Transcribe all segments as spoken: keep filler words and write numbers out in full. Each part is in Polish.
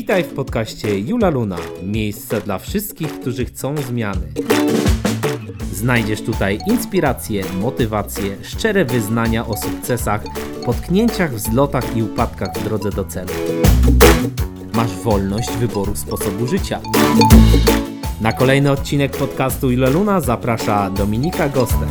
Witaj w podcaście Jula Luna, miejsce dla wszystkich, którzy chcą zmiany. Znajdziesz tutaj inspiracje, motywacje, szczere wyznania o sukcesach, potknięciach, wzlotach i upadkach w drodze do celu. Masz wolność wyboru sposobu życia. Na kolejny odcinek podcastu Jula Luna zaprasza Dominika Gostek.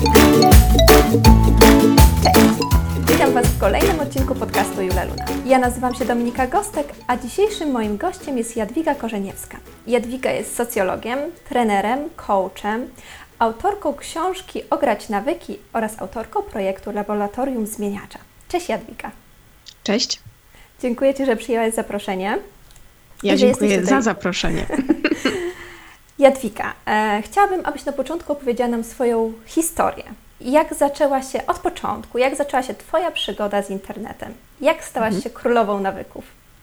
Cześć! Witam Was w kolejnym odcinku podcastu Jula Luna. Ja nazywam się Dominika Gostek, a dzisiejszym moim gościem jest Jadwiga Korzeniewska. Jadwiga jest socjologiem, trenerem, coachem, autorką książki Ograć nawyki oraz autorką projektu Laboratorium Zmieniacza. Cześć Jadwiga. Cześć. Dziękuję Ci, że przyjęłaś zaproszenie. Ja dziękuję za zaproszenie. Jadwiga, e, chciałabym, abyś na początku opowiedziała nam swoją historię. Jak zaczęła się od początku, jak zaczęła się Twoja przygoda z internetem? Jak stałaś mhm. się królową nawyków?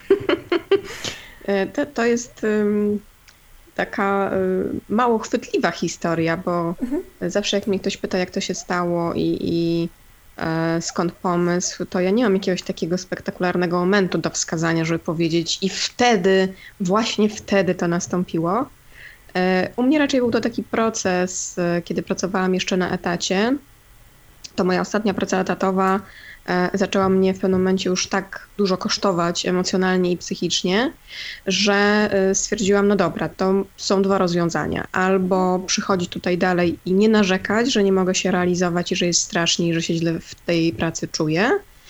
to, to jest um, taka um, mało chwytliwa historia, bo mhm. zawsze jak mnie ktoś pyta, jak to się stało i, i e, skąd pomysł, to ja nie mam jakiegoś takiego spektakularnego momentu do wskazania, żeby powiedzieć i wtedy, właśnie wtedy to nastąpiło. U mnie raczej był to taki proces, kiedy pracowałam jeszcze na etacie. To moja ostatnia praca etatowa zaczęła mnie w pewnym momencie już tak dużo kosztować emocjonalnie i psychicznie, że stwierdziłam, no dobra, to są dwa rozwiązania. Albo przychodzić tutaj dalej i nie narzekać, że nie mogę się realizować i że jest strasznie i że się źle w tej pracy czuję.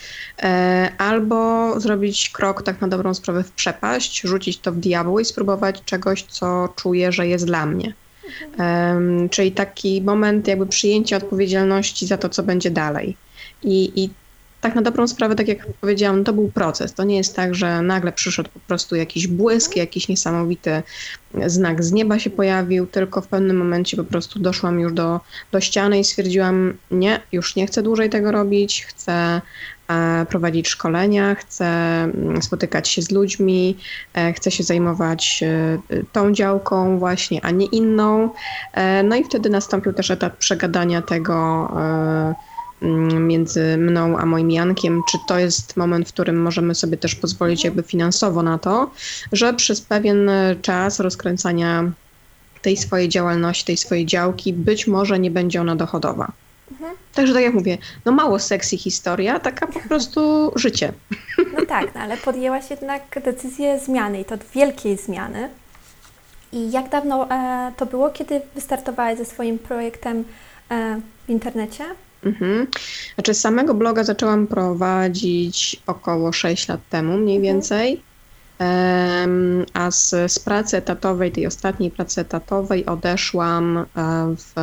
Albo zrobić krok tak na dobrą sprawę w przepaść, rzucić to w diabły i spróbować czegoś, co czuję, że jest dla mnie. Mhm. Um, czyli taki moment jakby przyjęcia odpowiedzialności za to, co będzie dalej. I, i tak na dobrą sprawę, tak jak powiedziałam, to był proces. To nie jest tak, że nagle przyszedł po prostu jakiś błysk, jakiś niesamowity znak z nieba się pojawił, tylko w pewnym momencie po prostu doszłam już do, do ściany i stwierdziłam, nie, już nie chcę dłużej tego robić, chcę prowadzić szkolenia, chcę spotykać się z ludźmi, chcę się zajmować tą działką właśnie, a nie inną. No i wtedy nastąpił też etap przegadania tego między mną a moim Jankiem, czy to jest moment, w którym możemy sobie też pozwolić jakby finansowo na to, że przez pewien czas rozkręcania tej swojej działalności, tej swojej działki, być może nie będzie ona dochodowa. Mhm. Także tak jak mówię, no mało sexy historia, taka po prostu życie. No tak, no ale podjęłaś jednak decyzję zmiany i to wielkiej zmiany. I jak dawno e, to było, kiedy wystartowałaś ze swoim projektem e, w internecie? Mhm. Znaczy samego bloga zaczęłam prowadzić około sześć lat temu mniej więcej, um, a z, z pracy etatowej, tej ostatniej pracy etatowej odeszłam w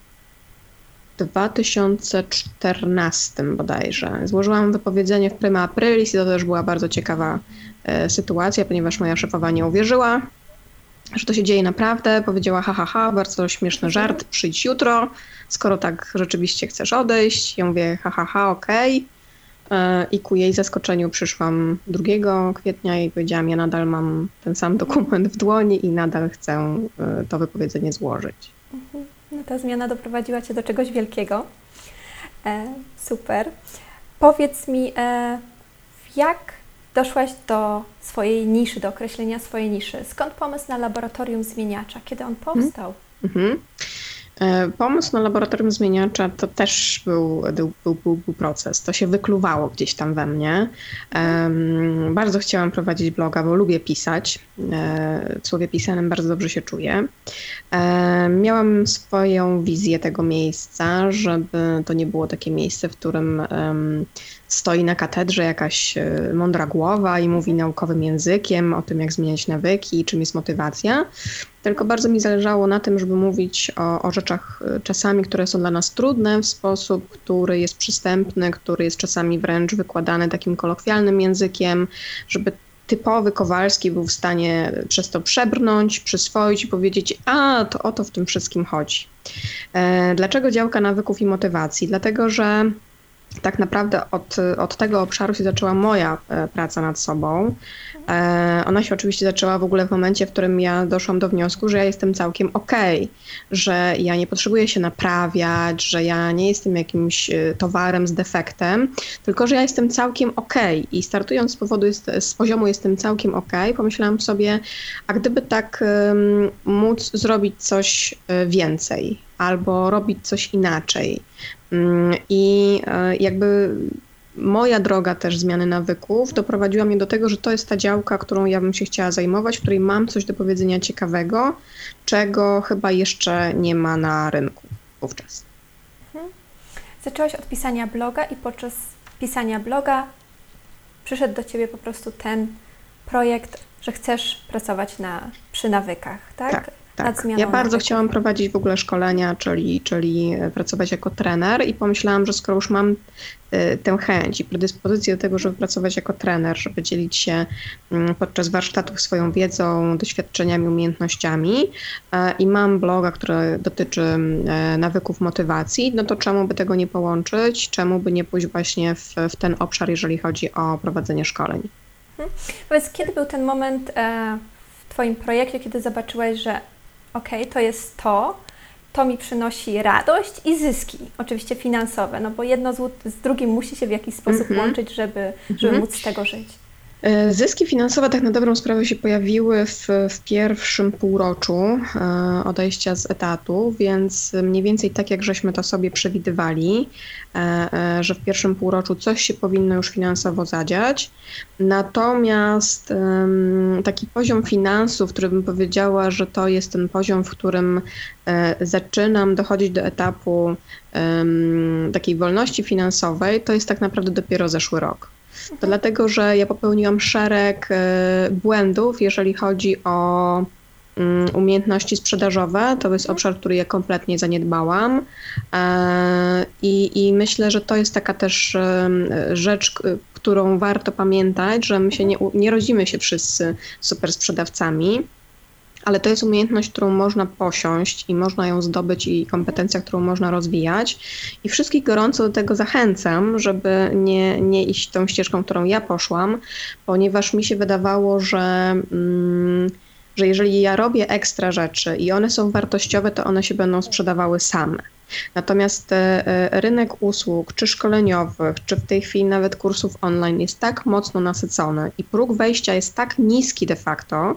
dwa tysiące czternastym bodajże. Złożyłam wypowiedzenie w prima aprilis i to też była bardzo ciekawa e, sytuacja, ponieważ moja szefowa nie uwierzyła, że to się dzieje naprawdę. Powiedziała, ha, ha, ha, bardzo śmieszny żart, przyjdź jutro, skoro tak rzeczywiście chcesz odejść. Ja mówię, ha, ha, ha, okej. Okay. I ku jej zaskoczeniu przyszłam drugiego kwietnia i powiedziałam, ja nadal mam ten sam dokument w dłoni i nadal chcę to wypowiedzenie złożyć. No ta zmiana doprowadziła Cię do czegoś wielkiego. E, super. Powiedz mi, e, jak doszłaś do swojej niszy, do określenia swojej niszy? Skąd pomysł na Laboratorium Zmieniacza? Kiedy on powstał? Mm-hmm. E, pomysł na Laboratorium Zmieniacza to też był, był, był, był proces. To się wykluwało gdzieś tam we mnie. E, bardzo chciałam prowadzić bloga, bo lubię pisać. E, w słowie pisanym bardzo dobrze się czuję. E, miałam swoją wizję tego miejsca, żeby to nie było takie miejsce, w którym um, stoi na katedrze jakaś mądra głowa i mówi naukowym językiem o tym, jak zmieniać nawyki i czym jest motywacja. Tylko bardzo mi zależało na tym, żeby mówić o, o rzeczach czasami, które są dla nas trudne w sposób, który jest przystępny, który jest czasami wręcz wykładany takim kolokwialnym językiem, żeby typowy Kowalski był w stanie przez to przebrnąć, przyswoić i powiedzieć, a to o to w tym wszystkim chodzi. E, dlaczego działka nawyków i motywacji? Dlatego, że tak naprawdę od, od tego obszaru się zaczęła moja praca nad sobą. Ona się oczywiście zaczęła w ogóle w momencie, w którym ja doszłam do wniosku, że ja jestem całkiem okej, że ja nie potrzebuję się naprawiać, że ja nie jestem jakimś towarem z defektem, tylko że ja jestem całkiem okej i startując z powodu, jest, z poziomu jestem całkiem okej, pomyślałam sobie, a gdyby tak um, móc zrobić coś więcej albo robić coś inaczej. Um, I um, jakby moja droga też zmiany nawyków doprowadziła mnie do tego, że to jest ta działka, którą ja bym się chciała zajmować, w której mam coś do powiedzenia ciekawego, czego chyba jeszcze nie ma na rynku wówczas. Mhm. Zaczęłaś od pisania bloga i podczas pisania bloga przyszedł do Ciebie po prostu ten projekt, że chcesz pracować na, przy nawykach, tak? Tak. Tak. Ja bardzo nawyków. Chciałam prowadzić w ogóle szkolenia, czyli, czyli pracować jako trener i pomyślałam, że skoro już mam y, tę chęć i predyspozycję do tego, żeby pracować jako trener, żeby dzielić się y, podczas warsztatów swoją wiedzą, doświadczeniami, umiejętnościami y, i mam bloga, który dotyczy y, nawyków motywacji, no to czemu by tego nie połączyć, czemu by nie pójść właśnie w, w ten obszar, jeżeli chodzi o prowadzenie szkoleń. Hmm. Powiedz, kiedy był ten moment e, w Twoim projekcie, kiedy zobaczyłaś, że okej, okay, to jest to, to mi przynosi radość i zyski, oczywiście finansowe, no bo jedno z, z drugim musi się w jakiś sposób mm-hmm. łączyć, żeby, żeby mm-hmm. móc z tego żyć. Zyski finansowe tak na dobrą sprawę się pojawiły w, w pierwszym półroczu e, odejścia z etatu, więc mniej więcej tak jak żeśmy to sobie przewidywali, e, e, że w pierwszym półroczu coś się powinno już finansowo zadziać. Natomiast e, taki poziom finansów, który bym powiedziała, że to jest ten poziom, w którym e, zaczynam dochodzić do etapu e, takiej wolności finansowej, to jest tak naprawdę dopiero zeszły rok. To dlatego, że ja popełniłam szereg y, błędów, jeżeli chodzi o y, umiejętności sprzedażowe. To jest obszar, który ja kompletnie zaniedbałam y, i, i myślę, że to jest taka też y, rzecz, y, którą warto pamiętać, że my się nie, nie rodzimy się wszyscy super sprzedawcami. Ale to jest umiejętność, którą można posiąść i można ją zdobyć i kompetencja, którą można rozwijać. I wszystkich gorąco do tego zachęcam, żeby nie, nie iść tą ścieżką, którą ja poszłam, ponieważ mi się wydawało, że, mm, że jeżeli ja robię ekstra rzeczy i one są wartościowe, to one się będą sprzedawały same. Natomiast rynek usług, czy szkoleniowych, czy w tej chwili nawet kursów online jest tak mocno nasycony i próg wejścia jest tak niski de facto,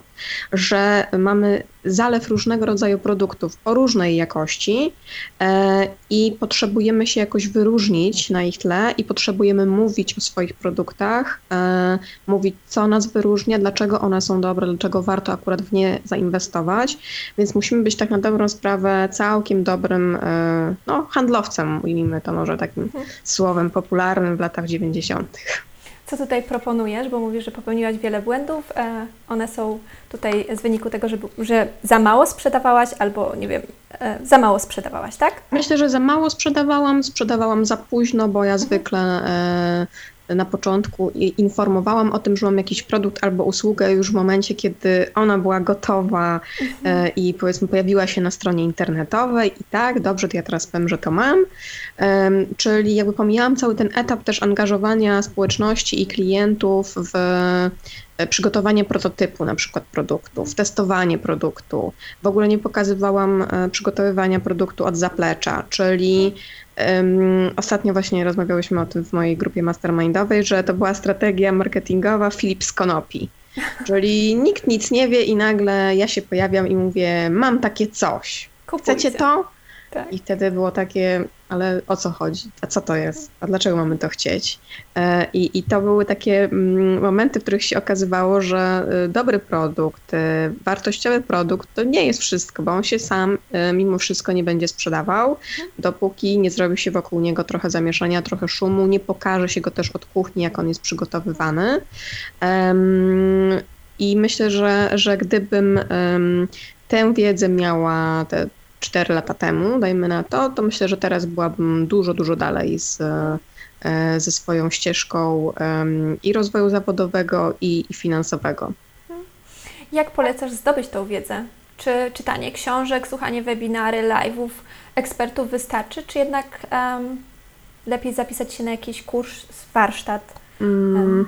że mamy zalew różnego rodzaju produktów o różnej jakości e, i potrzebujemy się jakoś wyróżnić na ich tle i potrzebujemy mówić o swoich produktach, e, mówić co nas wyróżnia, dlaczego one są dobre, dlaczego warto akurat w nie zainwestować, więc musimy być tak na dobrą sprawę całkiem dobrym e, no, handlowcem, ujmijmy to może takim mhm. słowem popularnym w latach dziewięćdziesiątych. Co tutaj proponujesz, bo mówisz, że popełniłaś wiele błędów, e, one są tutaj z wyniku tego, że, że za mało sprzedawałaś albo, nie wiem, e, za mało sprzedawałaś, tak? Myślę, że za mało sprzedawałam, sprzedawałam za późno, bo ja zwykle e, na początku informowałam o tym, że mam jakiś produkt albo usługę już w momencie, kiedy ona była gotowa mhm. e, i powiedzmy pojawiła się na stronie internetowej i tak, dobrze, to ja teraz powiem, że to mam. E, czyli jakby pomijałam cały ten etap też angażowania społeczności i klientów w e, przygotowanie prototypu na przykład produktu, w testowanie produktu. W ogóle nie pokazywałam e, przygotowywania produktu od zaplecza, czyli Um, ostatnio właśnie rozmawiałyśmy o tym w mojej grupie mastermindowej, że to była strategia marketingowa Philips Konopi. Czyli nikt nic nie wie i nagle ja się pojawiam i mówię, mam takie coś. Kupujcie. Chcecie to? Tak. I wtedy było takie, ale o co chodzi? A co to jest? A dlaczego mamy to chcieć? I, i to były takie momenty, w których się okazywało, że dobry produkt, wartościowy produkt to nie jest wszystko, bo on się sam mimo wszystko nie będzie sprzedawał, dopóki nie zrobi się wokół niego trochę zamieszania, trochę szumu, nie pokaże się go też od kuchni, jak on jest przygotowywany. I myślę, że, że gdybym tę wiedzę miała, te cztery lata temu, dajmy na to, to myślę, że teraz byłabym dużo, dużo dalej z, ze swoją ścieżką um, i rozwoju zawodowego, i, i finansowego. Jak polecasz zdobyć tą wiedzę? Czy czytanie książek, słuchanie webinary, live'ów ekspertów wystarczy, czy jednak um, lepiej zapisać się na jakiś kurs, warsztat? Mm.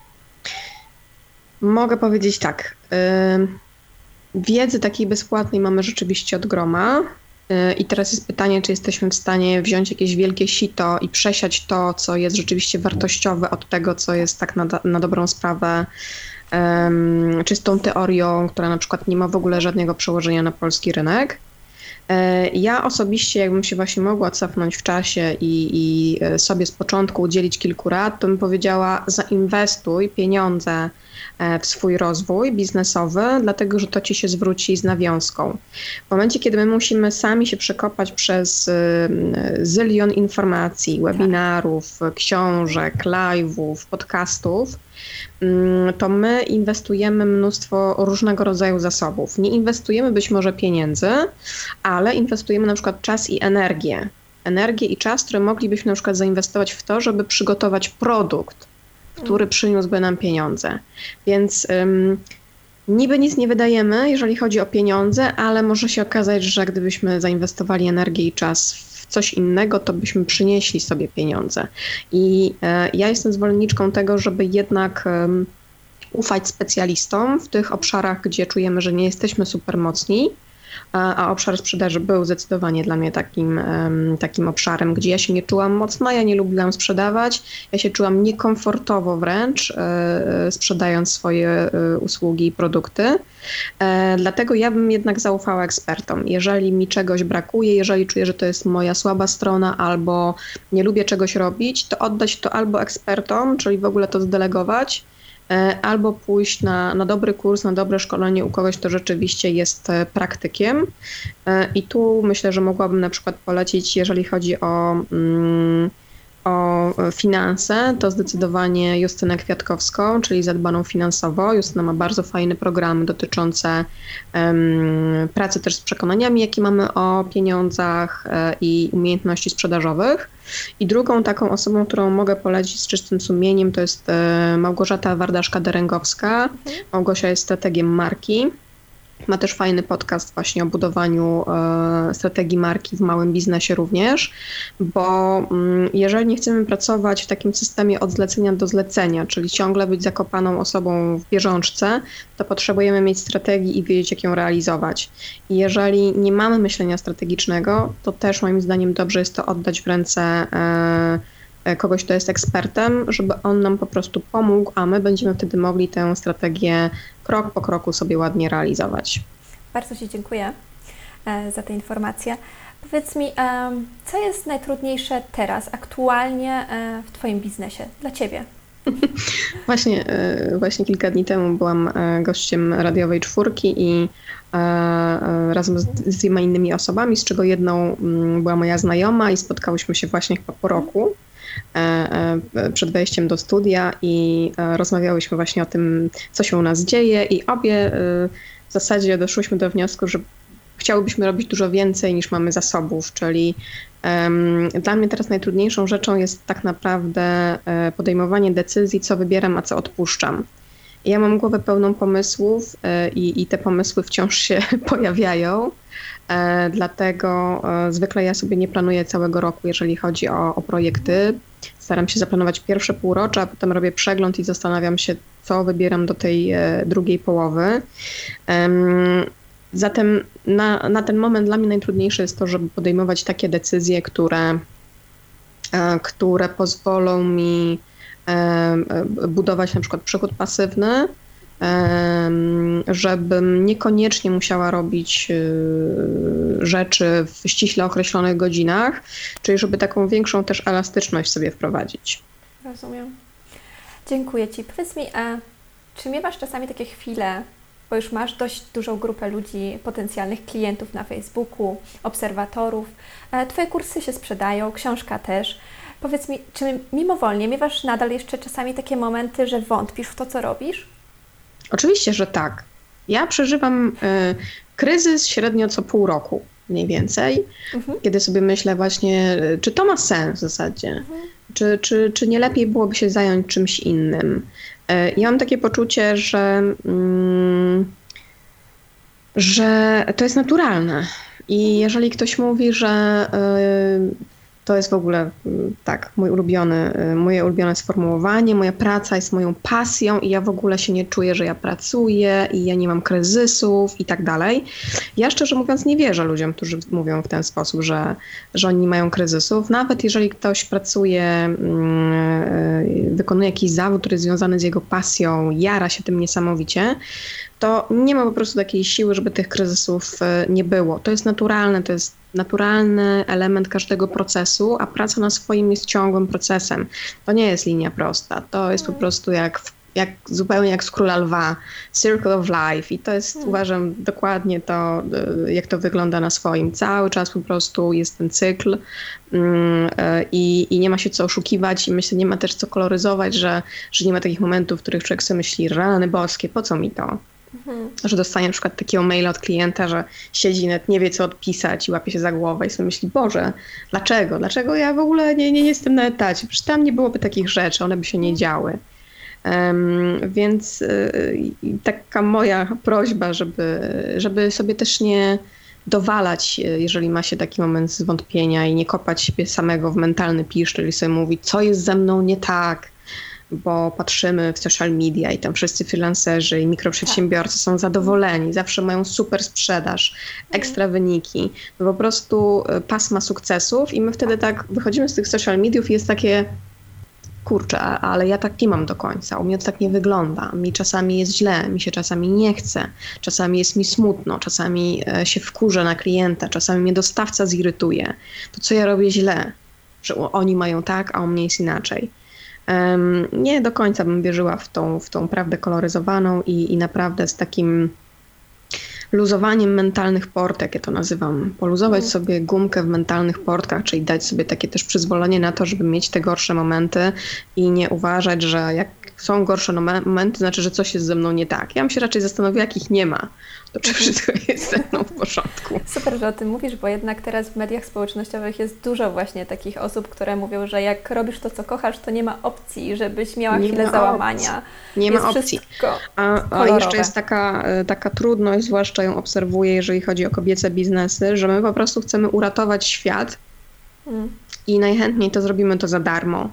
Mogę powiedzieć tak. Wiedzy takiej bezpłatnej mamy rzeczywiście od groma. I teraz jest pytanie, czy jesteśmy w stanie wziąć jakieś wielkie sito i przesiać to, co jest rzeczywiście wartościowe, od tego, co jest tak na, na dobrą sprawę um, czystą teorią, która na przykład nie ma w ogóle żadnego przełożenia na polski rynek. Ja osobiście, jakbym się właśnie mogła cofnąć w czasie i, i sobie z początku udzielić kilku rad, to bym powiedziała: zainwestuj pieniądze w swój rozwój biznesowy, dlatego że to ci się zwróci z nawiązką. W momencie, kiedy my musimy sami się przekopać przez zylion informacji, webinarów, książek, live'ów, podcastów, to my inwestujemy mnóstwo różnego rodzaju zasobów. Nie inwestujemy być może pieniędzy, ale inwestujemy na przykład czas i energię. Energię i czas, które moglibyśmy na przykład zainwestować w to, żeby przygotować produkt, który przyniósłby nam pieniądze. Więc um, niby nic nie wydajemy, jeżeli chodzi o pieniądze, ale może się okazać, że gdybyśmy zainwestowali energię i czas w coś innego, to byśmy przynieśli sobie pieniądze. I e, ja jestem zwolenniczką tego, żeby jednak um, ufać specjalistom w tych obszarach, gdzie czujemy, że nie jesteśmy super mocni, a obszar sprzedaży był zdecydowanie dla mnie takim, takim obszarem, gdzie ja się nie czułam mocna, ja nie lubiłam sprzedawać, ja się czułam niekomfortowo wręcz sprzedając swoje usługi i produkty. Dlatego ja bym jednak zaufała ekspertom. Jeżeli mi czegoś brakuje, jeżeli czuję, że to jest moja słaba strona albo nie lubię czegoś robić, to oddać to albo ekspertom, czyli w ogóle to zdelegować, albo pójść na, na dobry kurs, na dobre szkolenie u kogoś, kto rzeczywiście jest praktykiem. I tu myślę, że mogłabym na przykład polecić, jeżeli chodzi o, o finanse, to zdecydowanie Justynę Kwiatkowską, czyli Zadbaną Finansowo. Justyna ma bardzo fajne programy dotyczące um, pracy też z przekonaniami, jakie mamy o pieniądzach i umiejętności sprzedażowych. I drugą taką osobą, którą mogę polecić z czystym sumieniem, to jest Małgorzata Wardaszka-Derengowska. Mhm. Małgosia jest strategiem marki. Ma też fajny podcast właśnie o budowaniu e, strategii marki w małym biznesie również, bo mm, jeżeli nie chcemy pracować w takim systemie od zlecenia do zlecenia, czyli ciągle być zakopaną osobą w bieżączce, to potrzebujemy mieć strategię i wiedzieć, jak ją realizować. I jeżeli nie mamy myślenia strategicznego, to też moim zdaniem dobrze jest to oddać w ręce e, kogoś, kto jest ekspertem, żeby on nam po prostu pomógł, a my będziemy wtedy mogli tę strategię krok po kroku sobie ładnie realizować. Bardzo Ci dziękuję e, za te informacje. Powiedz mi, e, co jest najtrudniejsze teraz, aktualnie e, w Twoim biznesie, dla Ciebie? Właśnie, e, właśnie kilka dni temu byłam e, gościem radiowej czwórki i e, e, razem z, z dwiema innymi osobami, z czego jedną m, była moja znajoma i spotkałyśmy się właśnie chyba po roku przed wejściem do studia i rozmawiałyśmy właśnie o tym, co się u nas dzieje i obie w zasadzie doszłyśmy do wniosku, że chciałybyśmy robić dużo więcej niż mamy zasobów, czyli um, dla mnie teraz najtrudniejszą rzeczą jest tak naprawdę podejmowanie decyzji, co wybieram, a co odpuszczam. Ja mam głowę pełną pomysłów i, i te pomysły wciąż się pojawiają. E, dlatego e, zwykle ja sobie nie planuję całego roku, jeżeli chodzi o, o projekty. Staram się zaplanować pierwsze półrocze, a potem robię przegląd i zastanawiam się, co wybieram do tej e, drugiej połowy. E, zatem na, na ten moment dla mnie najtrudniejsze jest to, żeby podejmować takie decyzje, które, e, które pozwolą mi e, budować na przykład przychód pasywny, żebym niekoniecznie musiała robić rzeczy w ściśle określonych godzinach, czyli żeby taką większą też elastyczność sobie wprowadzić. Rozumiem. Dziękuję Ci. Powiedz mi, a czy miewasz czasami takie chwile, bo już masz dość dużą grupę ludzi, potencjalnych klientów na Facebooku, obserwatorów, Twoje kursy się sprzedają, książka też. Powiedz mi, czy mimowolnie miewasz nadal jeszcze czasami takie momenty, że wątpisz w to, co robisz? Oczywiście, że tak. Ja przeżywam y, kryzys średnio co pół roku, mniej więcej, mhm. kiedy sobie myślę właśnie, czy to ma sens w zasadzie, mhm. czy, czy, czy nie lepiej byłoby się zająć czymś innym. Y, ja mam takie poczucie, że, y, że to jest naturalne i jeżeli ktoś mówi, że y, To jest w ogóle tak, mój ulubiony, moje ulubione sformułowanie. Moja praca jest moją pasją i ja w ogóle się nie czuję, że ja pracuję i ja nie mam kryzysów i tak dalej. Ja szczerze mówiąc nie wierzę ludziom, którzy mówią w ten sposób, że, że oni nie mają kryzysów. Nawet jeżeli ktoś pracuje, wykonuje jakiś zawód, który jest związany z jego pasją, jara się tym niesamowicie, to nie ma po prostu takiej siły, żeby tych kryzysów nie było. To jest naturalne, to jest naturalny element każdego procesu, a praca na swoim jest ciągłym procesem. To nie jest linia prosta. To jest po prostu jak, jak zupełnie jak z Króla Lwa, circle of life. I to jest, hmm. uważam, dokładnie to, jak to wygląda na swoim. Cały czas po prostu jest ten cykl um, i, i nie ma się co oszukiwać i myślę, nie ma też co koloryzować, że, że nie ma takich momentów, w których człowiek sobie myśli, rany boskie, po co mi to? Mhm. Że dostanie na przykład takiego maila od klienta, że siedzi, nawet nie wie co odpisać i łapie się za głowę i sobie myśli, Boże, dlaczego? Dlaczego ja w ogóle nie, nie jestem na etacie? Przecież tam nie byłoby takich rzeczy, one by się nie działy. Um, więc y, taka moja prośba, żeby, żeby sobie też nie dowalać, jeżeli ma się taki moment zwątpienia i nie kopać siebie samego w mentalny piszczel, czyli sobie mówić, co jest ze mną nie tak, bo patrzymy w social media i tam wszyscy freelancerzy i mikroprzedsiębiorcy tak. są zadowoleni, zawsze mają super sprzedaż, ekstra wyniki, no po prostu pasma sukcesów i my wtedy tak wychodzimy z tych social mediów i jest takie, kurczę, ale ja tak nie mam do końca, u mnie to tak nie wygląda, mi czasami jest źle, mi się czasami nie chce, czasami jest mi smutno, czasami się wkurzę na klienta, czasami mnie dostawca zirytuje, to co ja robię źle, że oni mają tak, a u mnie jest inaczej. Um, nie do końca bym wierzyła w tą, w tą prawdę koloryzowaną i, i naprawdę z takim luzowaniem mentalnych portek, ja to nazywam, poluzować mm. sobie gumkę w mentalnych portkach, czyli dać sobie takie też przyzwolenie na to, żeby mieć te gorsze momenty i nie uważać, że jak są gorsze momenty, znaczy, że coś jest ze mną nie tak. Ja bym się raczej zastanowiła, jakich nie ma. To czy wszystko jest ze mną w porządku. Super, że o tym mówisz, bo jednak teraz w mediach społecznościowych jest dużo właśnie takich osób, które mówią, że jak robisz to, co kochasz, to nie ma opcji, żebyś miała nie chwilę załamania. Opcji. Nie jest ma opcji. A, a jeszcze jest taka, taka trudność, zwłaszcza ją obserwuję, jeżeli chodzi o kobiece biznesy, że my po prostu chcemy uratować świat hmm. i najchętniej to zrobimy to za darmo.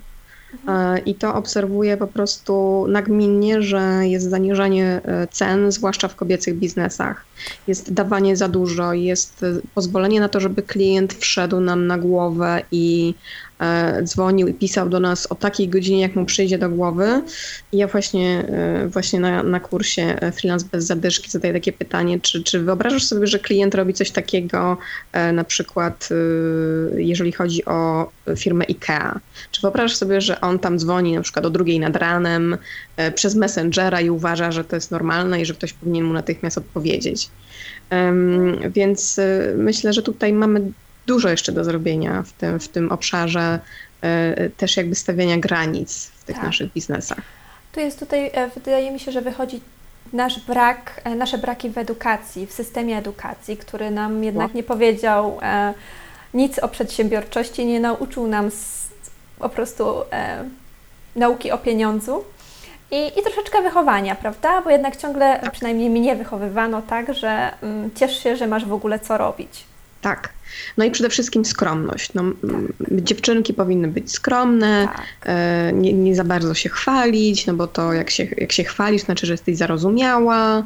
I to obserwuję po prostu nagminnie, że jest zaniżanie cen, zwłaszcza w kobiecych biznesach. Jest dawanie za dużo, jest pozwolenie na to, żeby klient wszedł nam na głowę i e, dzwonił i pisał do nas o takiej godzinie, jak mu przyjdzie do głowy. I ja właśnie, e, właśnie na, na kursie Freelance bez zadyszki zadaję takie pytanie, czy, czy wyobrażasz sobie, że klient robi coś takiego e, na przykład e, jeżeli chodzi o firmę IKEA. Czy wyobrażasz sobie, że on tam dzwoni na przykład o drugiej nad ranem e, przez Messengera i uważa, że to jest normalne i że ktoś powinien mu natychmiast odpowiedzieć. Um, więc y, myślę, że tutaj mamy dużo jeszcze do zrobienia w tym, w tym obszarze y, też jakby stawiania granic w tych tak. naszych biznesach. Tu jest tutaj, wydaje mi się, że wychodzi nasz brak, nasze braki w edukacji, w systemie edukacji, który nam jednak nie powiedział e, nic o przedsiębiorczości, nie nauczył nam z, po prostu e, nauki o pieniądzu. I, I troszeczkę wychowania, prawda? Bo jednak ciągle, przynajmniej mnie wychowywano tak, że um, ciesz się, że masz w ogóle co robić. Tak. No i przede wszystkim skromność. No, tak. Dziewczynki powinny być skromne, tak. e, nie, nie za bardzo się chwalić, no bo to jak się, jak się chwalisz, znaczy, że jesteś zarozumiała.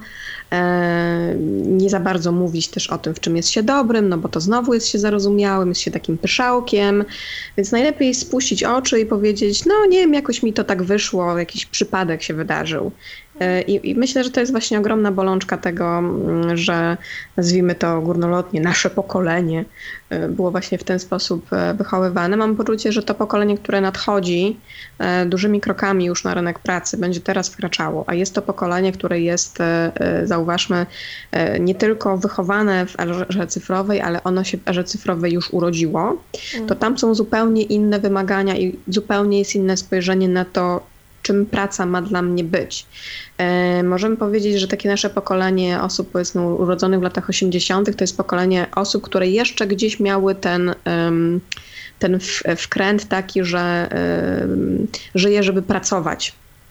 E, nie za bardzo mówić też o tym, w czym jest się dobrym, no bo to znowu jest się zarozumiałym, jest się takim pyszałkiem. Więc najlepiej jest spuścić oczy i powiedzieć, no nie wiem, jakoś mi to tak wyszło, jakiś przypadek się wydarzył. I, I myślę, że to jest właśnie ogromna bolączka tego, że nazwijmy to górnolotnie, nasze pokolenie było właśnie w ten sposób wychowywane. Mam poczucie, że to pokolenie, które nadchodzi dużymi krokami już na rynek pracy, będzie teraz wkraczało, a jest to pokolenie, które jest, zauważmy, nie tylko wychowane w erze cyfrowej, ale ono się w erze cyfrowej już urodziło. To tam są zupełnie inne wymagania i zupełnie jest inne spojrzenie na to, czym praca ma dla mnie być. E, możemy powiedzieć, że takie nasze pokolenie osób, powiedzmy, urodzonych w latach osiemdziesiątych to jest pokolenie osób, które jeszcze gdzieś miały ten, um, ten w, wkręt taki, że um, żyje, żeby pracować.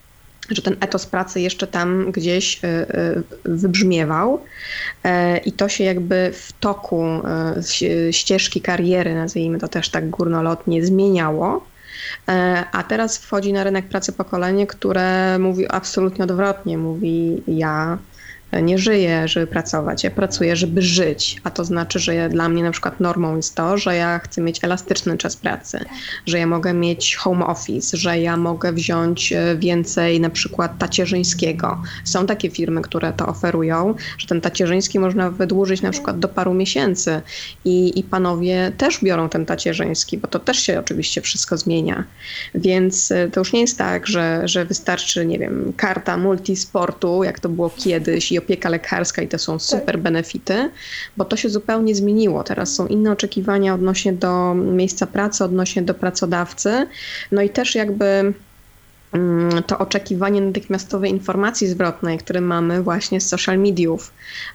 że ten etos pracy jeszcze tam gdzieś wybrzmiewał i to się jakby w toku ścieżki kariery, nazwijmy to też tak górnolotnie, zmieniało. A teraz wchodzi na rynek pracy pokolenie, które mówi absolutnie odwrotnie. Mówi: ja nie żyję, żeby pracować, ja pracuję, żeby żyć. A to znaczy, że ja, dla mnie na przykład normą jest to, że ja chcę mieć elastyczny czas pracy, tak. że ja mogę mieć home office, że ja mogę wziąć więcej na przykład tacierzyńskiego. Są takie firmy, które to oferują, że ten tacierzyński można wydłużyć na przykład do paru miesięcy i, i panowie też biorą ten tacierzyński, bo to też się oczywiście wszystko zmienia. Więc to już nie jest tak, że, że wystarczy, nie wiem, karta multisportu, jak to było kiedyś, i opieka lekarska i to są super benefity, bo to się zupełnie zmieniło. Teraz są inne oczekiwania odnośnie do miejsca pracy, odnośnie do pracodawcy. No i też jakby to oczekiwanie natychmiastowej informacji zwrotnej, które mamy właśnie z social mediów,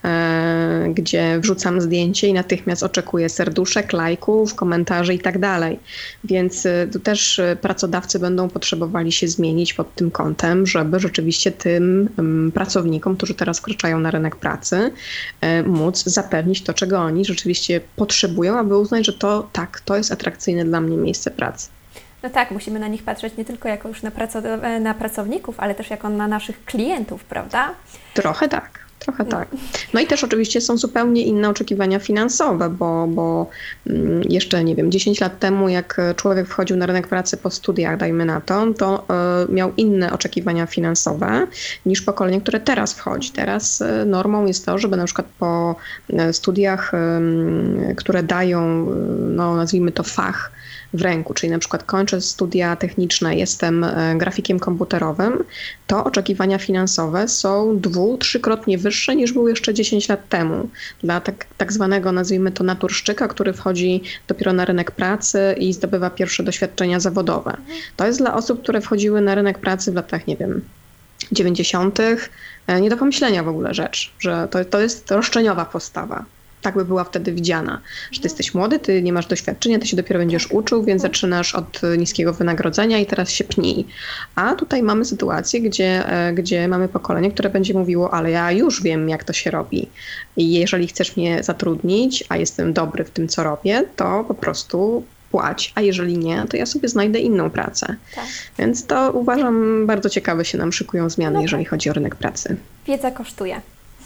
gdzie wrzucam zdjęcie i natychmiast oczekuję serduszek, lajków, komentarzy i tak dalej. Więc tu też pracodawcy będą potrzebowali się zmienić pod tym kątem, żeby rzeczywiście tym pracownikom, którzy teraz wkraczają na rynek pracy, móc zapewnić to, czego oni rzeczywiście potrzebują, aby uznać, że to tak, to jest atrakcyjne dla mnie miejsce pracy. No tak, musimy na nich patrzeć nie tylko jako już na, pracow- na pracowników, ale też jako na naszych klientów, prawda? Trochę tak, trochę tak. No i też oczywiście są zupełnie inne oczekiwania finansowe, bo, bo jeszcze, nie wiem, dziesięć lat temu, jak człowiek wchodził na rynek pracy po studiach, dajmy na to, to y, miał inne oczekiwania finansowe niż pokolenie, które teraz wchodzi. Teraz y, normą jest to, żeby na przykład po studiach, y, które dają, y, no nazwijmy to fach, w ręku, czyli na przykład kończę studia techniczne, jestem grafikiem komputerowym, to oczekiwania finansowe są dwu-, trzykrotnie wyższe niż były jeszcze dziesięć lat temu. Dla tak, tak zwanego, nazwijmy to, naturszczyka, który wchodzi dopiero na rynek pracy i zdobywa pierwsze doświadczenia zawodowe. To jest dla osób, które wchodziły na rynek pracy w latach, nie wiem, dziewięćdziesiątych. Nie do pomyślenia w ogóle rzecz, że to, to jest roszczeniowa postawa. Tak by była wtedy widziana, że ty jesteś młody, ty nie masz doświadczenia, ty się dopiero będziesz uczył, więc zaczynasz od niskiego wynagrodzenia i teraz się pnij. A tutaj mamy sytuację, gdzie, gdzie mamy pokolenie, które będzie mówiło: ale ja już wiem, jak to się robi. I jeżeli chcesz mnie zatrudnić, a jestem dobry w tym, co robię, to po prostu płać, a jeżeli nie, to ja sobie znajdę inną pracę. Tak. Więc to uważam, bardzo ciekawe się nam szykują zmiany, no tak. jeżeli chodzi o rynek pracy. Wiedza kosztuje.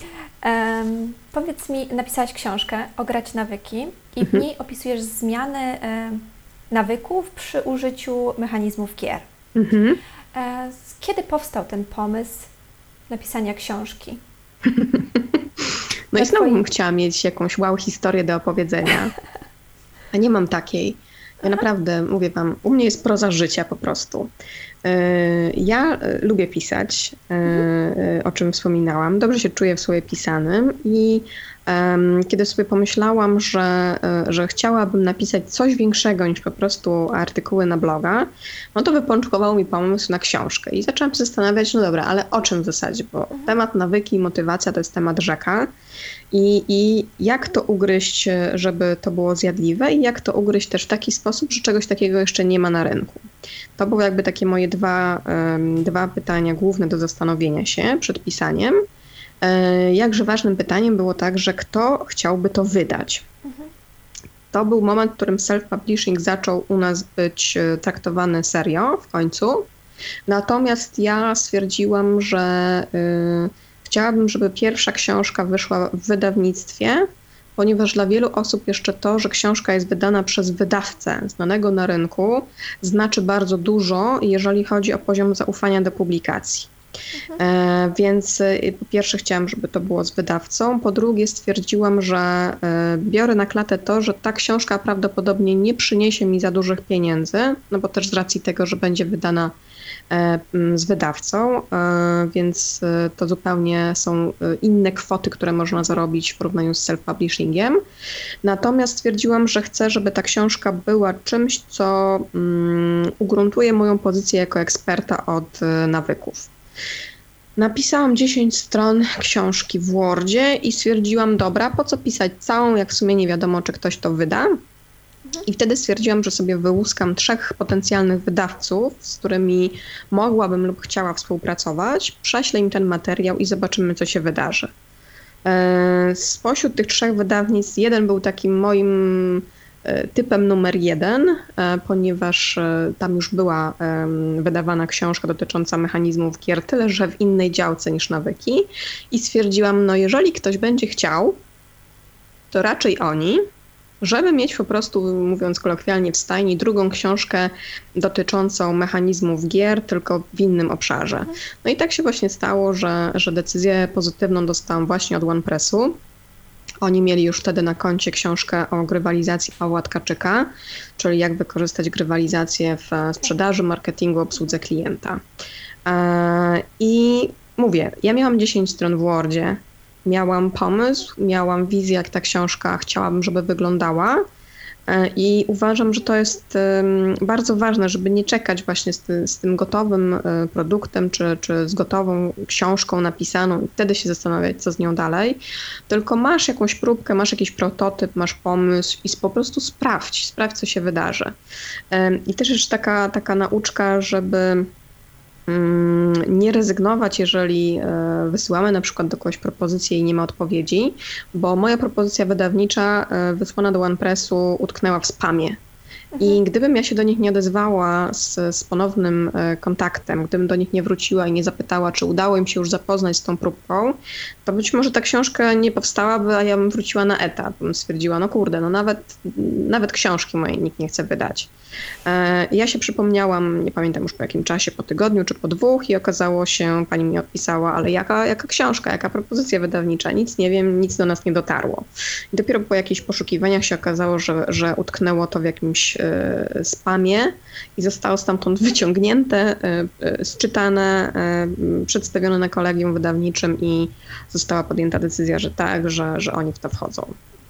Um, powiedz mi, napisałaś książkę Ograć nawyki i w niej opisujesz zmiany e, nawyków przy użyciu mechanizmów gier. Mhm. E, kiedy powstał ten pomysł napisania książki? No i znowu bym chciała mieć jakąś wow historię do opowiedzenia, a nie mam takiej. Ja naprawdę, mówię wam, u mnie jest proza życia po prostu. Ja lubię pisać, o czym wspominałam. Dobrze się czuję w słowie pisanym i kiedy sobie pomyślałam, że, że chciałabym napisać coś większego niż po prostu artykuły na bloga, no to wypączkował mi pomysł na książkę i zaczęłam się zastanawiać, no dobra, ale o czym w zasadzie, bo temat nawyki i motywacja to jest temat rzeka i, i jak to ugryźć, żeby to było zjadliwe i jak to ugryźć też w taki sposób, że czegoś takiego jeszcze nie ma na rynku. To były jakby takie moje dwa, dwa pytania główne do zastanowienia się przed pisaniem. Jakże ważnym pytaniem było także, kto chciałby to wydać. Mhm. To był moment, w którym self-publishing zaczął u nas być traktowany serio w końcu. Natomiast ja stwierdziłam, że y, chciałabym, żeby pierwsza książka wyszła w wydawnictwie, ponieważ dla wielu osób jeszcze to, że książka jest wydana przez wydawcę znanego na rynku, znaczy bardzo dużo, jeżeli chodzi o poziom zaufania do publikacji. Mhm. E, więc po pierwsze chciałam, żeby to było z wydawcą, po drugie stwierdziłam, że e, biorę na klatę to, że ta książka prawdopodobnie nie przyniesie mi za dużych pieniędzy, no bo też z racji tego, że będzie wydana e, z wydawcą, e, więc to zupełnie są inne kwoty, które można zarobić w porównaniu z self-publishingiem. Natomiast stwierdziłam, że chcę, żeby ta książka była czymś, co um, ugruntuje moją pozycję jako eksperta od nawyków. Napisałam dziesięć stron książki w Wordzie i stwierdziłam, dobra, po co pisać całą, jak w sumie nie wiadomo, czy ktoś to wyda. I wtedy stwierdziłam, że sobie wyłuskam trzech potencjalnych wydawców, z którymi mogłabym lub chciała współpracować, prześlę im ten materiał i zobaczymy, co się wydarzy. Spośród tych trzech wydawnictw jeden był takim moim typem numer jeden, ponieważ tam już była wydawana książka dotycząca mechanizmów gier, tyle że w innej działce niż nawyki. I stwierdziłam, no jeżeli ktoś będzie chciał, to raczej oni, żeby mieć po prostu, mówiąc kolokwialnie, w stajni drugą książkę dotyczącą mechanizmów gier, tylko w innym obszarze. No i tak się właśnie stało, że, że decyzję pozytywną dostałam właśnie od OnePressu. Oni mieli już wtedy na koncie książkę o grywalizacji Pawła Tkaczyka, czyli jak wykorzystać grywalizację w sprzedaży, marketingu, obsłudze klienta. I mówię, ja miałam dziesięć stron w Wordzie, miałam pomysł, miałam wizję, jak ta książka chciałabym, żeby wyglądała i uważam, że to jest bardzo ważne, żeby nie czekać właśnie z, ty, z tym gotowym produktem czy, czy z gotową książką napisaną i wtedy się zastanawiać, co z nią dalej, tylko masz jakąś próbkę, masz jakiś prototyp, masz pomysł i po prostu sprawdź, sprawdź, co się wydarzy. I też jeszcze taka, taka nauczka, żeby nie rezygnować, jeżeli wysyłamy na przykład do kogoś propozycję i nie ma odpowiedzi, bo moja propozycja wydawnicza wysłana do OnePressu utknęła w spamie. I gdybym ja się do nich nie odezwała z, z ponownym kontaktem, gdybym do nich nie wróciła i nie zapytała, czy udało im się już zapoznać z tą próbką, to być może ta książka nie powstałaby, a ja bym wróciła na etap. Bym stwierdziła, no kurde, no nawet, nawet książki mojej nikt nie chce wydać. Ja się przypomniałam, nie pamiętam już po jakim czasie, po tygodniu czy po dwóch i okazało się, pani mi odpisała, ale jaka, jaka książka, jaka propozycja wydawnicza, nic nie wiem, nic do nas nie dotarło. I dopiero po jakichś poszukiwaniach się okazało, że, że utknęło to w jakimś spamie i zostało stamtąd wyciągnięte, sczytane, przedstawione na kolegium wydawniczym i została podjęta decyzja, że tak, że, że oni w to wchodzą.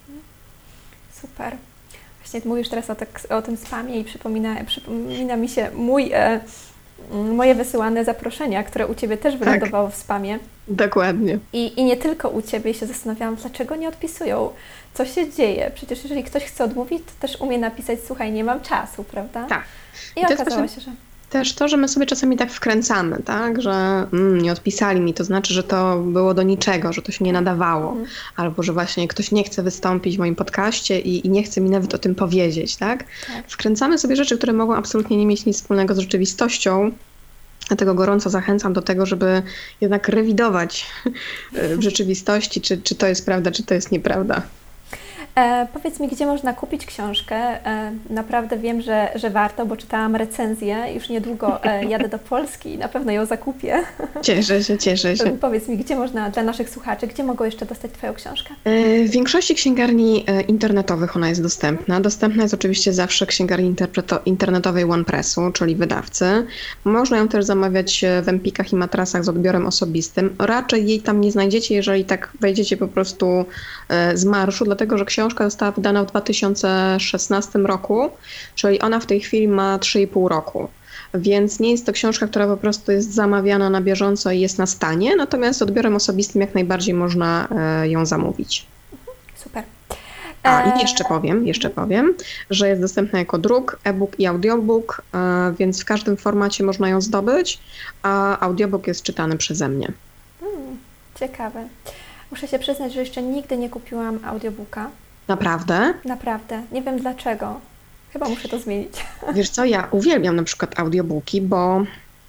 Super. Właśnie mówisz teraz o, tak, o tym spamie i przypomina, przypomina mi się mój, e, moje wysyłane zaproszenia, które u Ciebie też wylądowało tak w spamie. Dokładnie. I, I nie tylko u Ciebie. I się zastanawiałam, dlaczego nie odpisują, co się dzieje. Przecież jeżeli ktoś chce odmówić, to też umie napisać, słuchaj, nie mam czasu, prawda? Tak. I, I okazało się, że... Też to, że my sobie czasami tak wkręcamy, tak, że mm, nie odpisali mi, to znaczy, że to było do niczego, że to się nie nadawało, mhm. albo że właśnie ktoś nie chce wystąpić w moim podcaście i, i nie chce mi nawet o tym powiedzieć, tak? tak? Wkręcamy sobie rzeczy, które mogą absolutnie nie mieć nic wspólnego z rzeczywistością, dlatego gorąco zachęcam do tego, żeby jednak rewidować w rzeczywistości, czy, czy to jest prawda, czy to jest nieprawda. E, powiedz mi, gdzie można kupić książkę? E, naprawdę wiem, że, że warto, bo czytałam recenzję. Już niedługo e, jadę do Polski i na pewno ją zakupię. Cieszę się, cieszę się. Powiedz mi, gdzie można, dla naszych słuchaczy, gdzie mogą jeszcze dostać Twoją książkę? E, w większości księgarni internetowych ona jest dostępna. Dostępna jest oczywiście zawsze w księgarni internetowej OnePressu, czyli wydawcy. Można ją też zamawiać w Empikach i Matrasach z odbiorem osobistym. Raczej jej tam nie znajdziecie, jeżeli tak wejdziecie po prostu z marszu, dlatego że książka została wydana w dwa tysiące szesnastym roku, czyli ona w tej chwili ma trzy i pół roku. Więc nie jest to książka, która po prostu jest zamawiana na bieżąco i jest na stanie, natomiast z odbiorem osobistym jak najbardziej można ją zamówić. Super. A i jeszcze powiem, jeszcze powiem, że jest dostępna jako druk, e-book i audiobook, więc w każdym formacie można ją zdobyć, a audiobook jest czytany przeze mnie. Hmm, ciekawe. Muszę się przyznać, że jeszcze nigdy nie kupiłam audiobooka. Naprawdę? Naprawdę. Nie wiem dlaczego. Chyba muszę to zmienić. Wiesz co, ja uwielbiam na przykład audiobooki, bo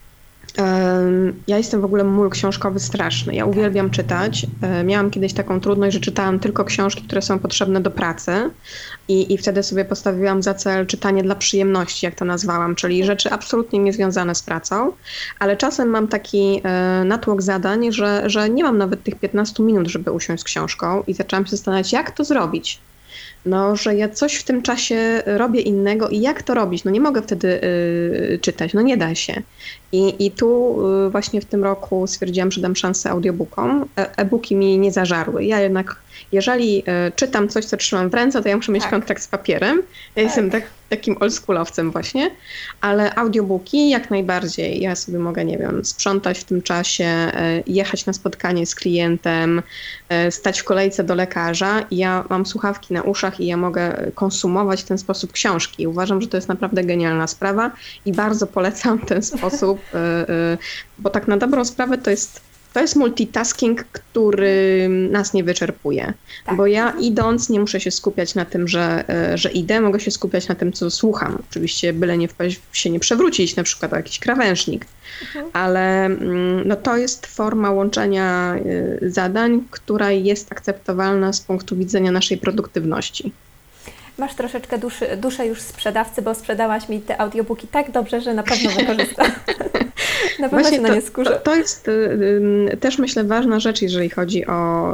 um, ja jestem w ogóle mól książkowy straszny. Ja uwielbiam czytać. E, miałam kiedyś taką trudność, że czytałam tylko książki, które są potrzebne do pracy i, i wtedy sobie postawiłam za cel czytanie dla przyjemności, jak to nazwałam, czyli rzeczy absolutnie niezwiązane z pracą, ale czasem mam taki e, natłok zadań, że, że nie mam nawet tych piętnastu minut, żeby usiąść z książką i zaczęłam się zastanawiać, jak to zrobić. No, że ja coś w tym czasie robię innego i jak to robić? No nie mogę wtedy y, czytać, no nie da się. I, i tu y, właśnie w tym roku stwierdziłam, że dam szansę audiobookom. E- e-booki mi nie zażarły. Ja jednak jeżeli y, czytam coś, co trzymam w ręce, to ja muszę mieć tak. kontakt z papierem. Ja tak. jestem tak, takim oldschoolowcem właśnie, ale audiobooki jak najbardziej. Ja sobie mogę, nie wiem, sprzątać w tym czasie, y, jechać na spotkanie z klientem, y, stać w kolejce do lekarza i ja mam słuchawki na uszach i ja mogę konsumować w ten sposób książki. Uważam, że to jest naprawdę genialna sprawa i bardzo polecam ten sposób, y, y, bo tak na dobrą sprawę to jest To jest multitasking, który nas nie wyczerpuje, tak. bo ja idąc nie muszę się skupiać na tym, że, że idę, mogę się skupiać na tym, co słucham. Oczywiście byle nie wpaść, się nie przewrócić, na przykład o jakiś krawężnik, mhm. ale no, to jest forma łączenia zadań, która jest akceptowalna z punktu widzenia naszej produktywności. Masz troszeczkę duszy, duszę już sprzedawcy, bo sprzedałaś mi te audiobooki tak dobrze, że na pewno wykorzystam. Na pewno się na nie skurzę. To, to jest y, y, też myślę ważna rzecz, jeżeli chodzi o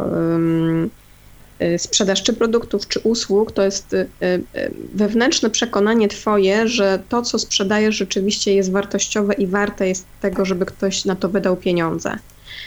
y, y, sprzedaż czy produktów, czy usług. To jest y, y, wewnętrzne przekonanie twoje, że to, co sprzedajesz, rzeczywiście jest wartościowe i warte jest tego, żeby ktoś na to wydał pieniądze.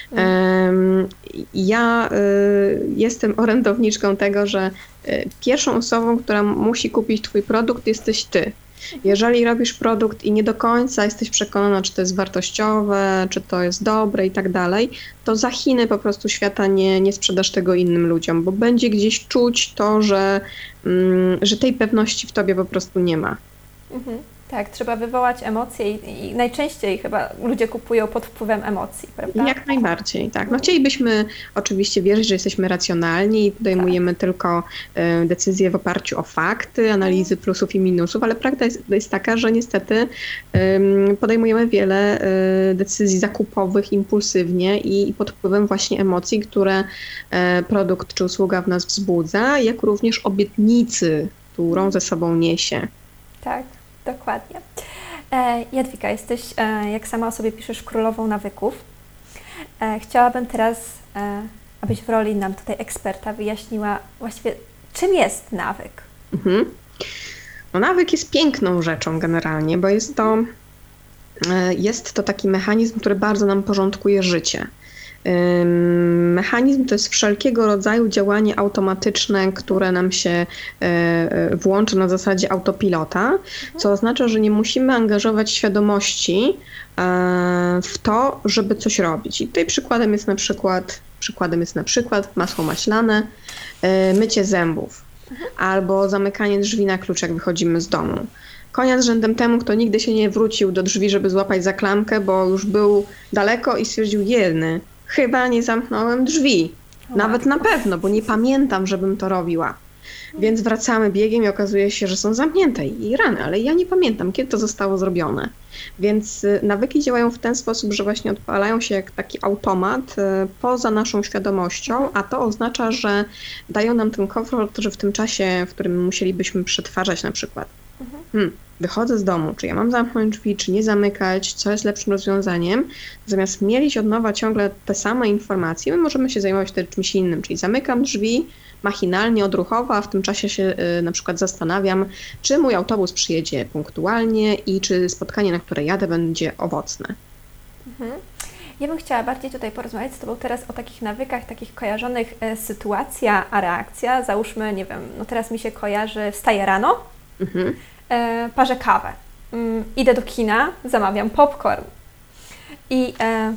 Mm. Ja y, jestem orędowniczką tego, że y, pierwszą osobą, która musi kupić twój produkt, jesteś ty. Jeżeli robisz produkt i nie do końca jesteś przekonana, czy to jest wartościowe, czy to jest dobre i tak dalej, to za Chiny po prostu świata nie, nie sprzedasz tego innym ludziom, bo będzie gdzieś czuć to, że, mm, że tej pewności w tobie po prostu nie ma. Mhm. Tak, trzeba wywołać emocje i, i najczęściej chyba ludzie kupują pod wpływem emocji, prawda? Jak najbardziej, tak. No chcielibyśmy oczywiście wierzyć, że jesteśmy racjonalni i podejmujemy tak. tylko y, decyzje w oparciu o fakty, analizy plusów i minusów, ale prawda jest, jest taka, że niestety y, podejmujemy wiele y, decyzji zakupowych impulsywnie i, i pod wpływem właśnie emocji, które y, produkt czy usługa w nas wzbudza, jak również obietnicy, którą ze sobą niesie. Tak. Dokładnie. E, Jadwiga, jesteś, e, jak sama o sobie piszesz, królową nawyków. E, chciałabym teraz, e, abyś w roli nam tutaj eksperta wyjaśniła właściwie, czym jest nawyk? Mhm. No, nawyk jest piękną rzeczą generalnie, bo jest to, e, jest to taki mechanizm, który bardzo nam porządkuje życie. Mechanizm to jest wszelkiego rodzaju działanie automatyczne, które nam się włączy na zasadzie autopilota, co oznacza, że nie musimy angażować świadomości w to, żeby coś robić. I tutaj przykładem jest na przykład, przykładem jest na przykład masło maślane, mycie zębów albo zamykanie drzwi na klucz, jak wychodzimy z domu. Konia z rzędem temu, kto nigdy się nie wrócił do drzwi, żeby złapać za klamkę, bo już był daleko i stwierdził, jeny, chyba nie zamknąłem drzwi. Nawet na pewno, bo nie pamiętam, żebym to robiła. Więc wracamy biegiem i okazuje się, że są zamknięte i rany, ale ja nie pamiętam, kiedy to zostało zrobione. Więc nawyki działają w ten sposób, że właśnie odpalają się jak taki automat poza naszą świadomością, a to oznacza, że dają nam ten komfort, że w tym czasie, w którym musielibyśmy przetwarzać na przykład, hmm, wychodzę z domu, czy ja mam zamknąć drzwi, czy nie zamykać, co jest lepszym rozwiązaniem, zamiast mielić od nowa ciągle te same informacje, my możemy się zajmować wtedy czymś innym, czyli zamykam drzwi machinalnie, odruchowo, a w tym czasie się y, na przykład zastanawiam, czy mój autobus przyjedzie punktualnie i czy spotkanie, na które jadę, będzie owocne. Mhm. Ja bym chciała bardziej tutaj porozmawiać z Tobą teraz o takich nawykach, takich kojarzonych e, sytuacja, a reakcja. Załóżmy, nie wiem, no teraz mi się kojarzy, wstaję rano, mhm. e, parzę kawę, mm, idę do kina, zamawiam popcorn. I e,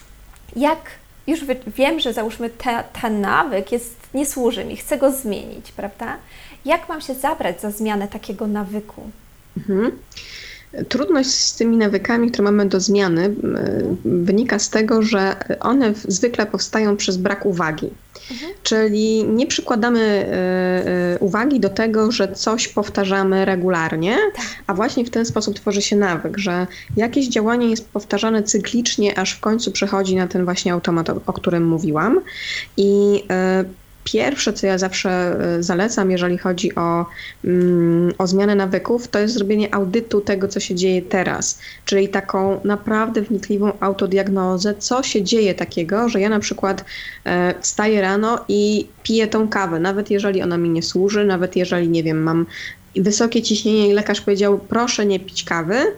jak już wy, wiem, że załóżmy te, ten nawyk jest, nie służy mi, chcę go zmienić, prawda? Jak mam się zabrać za zmianę takiego nawyku? Mhm. Trudność z tymi nawykami, które mamy do zmiany, wynika z tego, że one zwykle powstają przez brak uwagi. Mhm. Czyli nie przykładamy uwagi do tego, że coś powtarzamy regularnie, tak. a właśnie w ten sposób tworzy się nawyk, że jakieś działanie jest powtarzane cyklicznie, aż w końcu przechodzi na ten właśnie automat, o którym mówiłam. I pierwsze, co ja zawsze zalecam, jeżeli chodzi o, mm, o zmianę nawyków, to jest zrobienie audytu tego, co się dzieje teraz. Czyli taką naprawdę wnikliwą autodiagnozę, co się dzieje takiego, że ja na przykład e, wstaję rano i piję tą kawę, nawet jeżeli ona mi nie służy, nawet jeżeli, nie wiem, mam wysokie ciśnienie i lekarz powiedział, proszę nie pić kawy,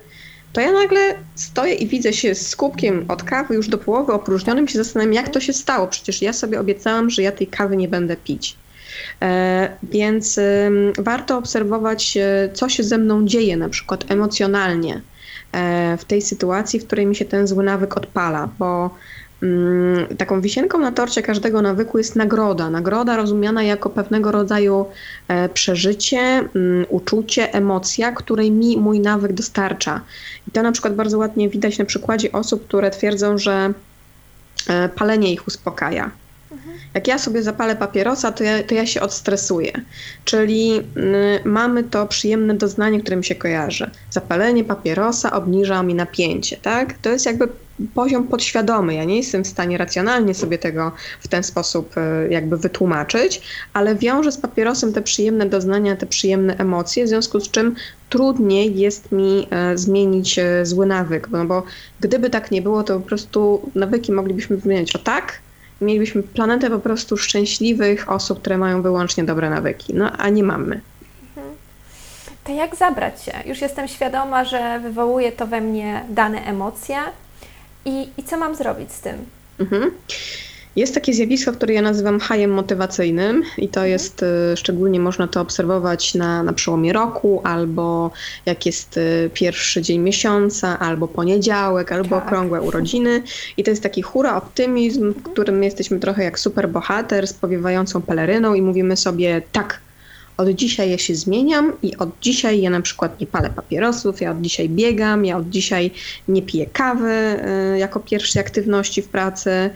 to ja nagle stoję i widzę się z kubkiem od kawy już do połowy opróżnionym i się zastanawiam, jak to się stało. Przecież ja sobie obiecałam, że ja tej kawy nie będę pić. E, więc e, warto obserwować, e, co się ze mną dzieje, na przykład emocjonalnie e, w tej sytuacji, w której mi się ten zły nawyk odpala, bo mm, taką wisienką na torcie każdego nawyku jest nagroda. Nagroda rozumiana jako pewnego rodzaju e, przeżycie, mm, uczucie, emocja, której mi mój nawyk dostarcza. I to na przykład bardzo ładnie widać na przykładzie osób, które twierdzą, że e, palenie ich uspokaja. Jak ja sobie zapalę papierosa, to ja, to ja się odstresuję. Czyli y, mamy to przyjemne doznanie, które mi się kojarzy. Zapalenie papierosa obniża mi napięcie, tak? To jest jakby poziom podświadomy. Ja nie jestem w stanie racjonalnie sobie tego w ten sposób y, jakby wytłumaczyć, ale wiążę z papierosem te przyjemne doznania, te przyjemne emocje, w związku z czym trudniej jest mi y, zmienić y, zły nawyk. No bo gdyby tak nie było, to po prostu nawyki moglibyśmy wymieniać o tak, mielibyśmy planetę po prostu szczęśliwych osób, które mają wyłącznie dobre nawyki, no a nie mamy. To jak zabrać się? Już jestem świadoma, że wywołuje to we mnie dane emocje i, i co mam zrobić z tym? Mhm. Jest takie zjawisko, które ja nazywam hajem motywacyjnym i to mhm. jest, szczególnie można to obserwować na, na przełomie roku, albo jak jest pierwszy dzień miesiąca, albo poniedziałek, albo tak. okrągłe urodziny. I to jest taki hura optymizm, w którym jesteśmy trochę jak superbohater z powiewającą peleryną i mówimy sobie tak, od dzisiaj ja się zmieniam i od dzisiaj ja na przykład nie palę papierosów, ja od dzisiaj biegam, ja od dzisiaj nie piję kawy y, jako pierwszej aktywności w pracy.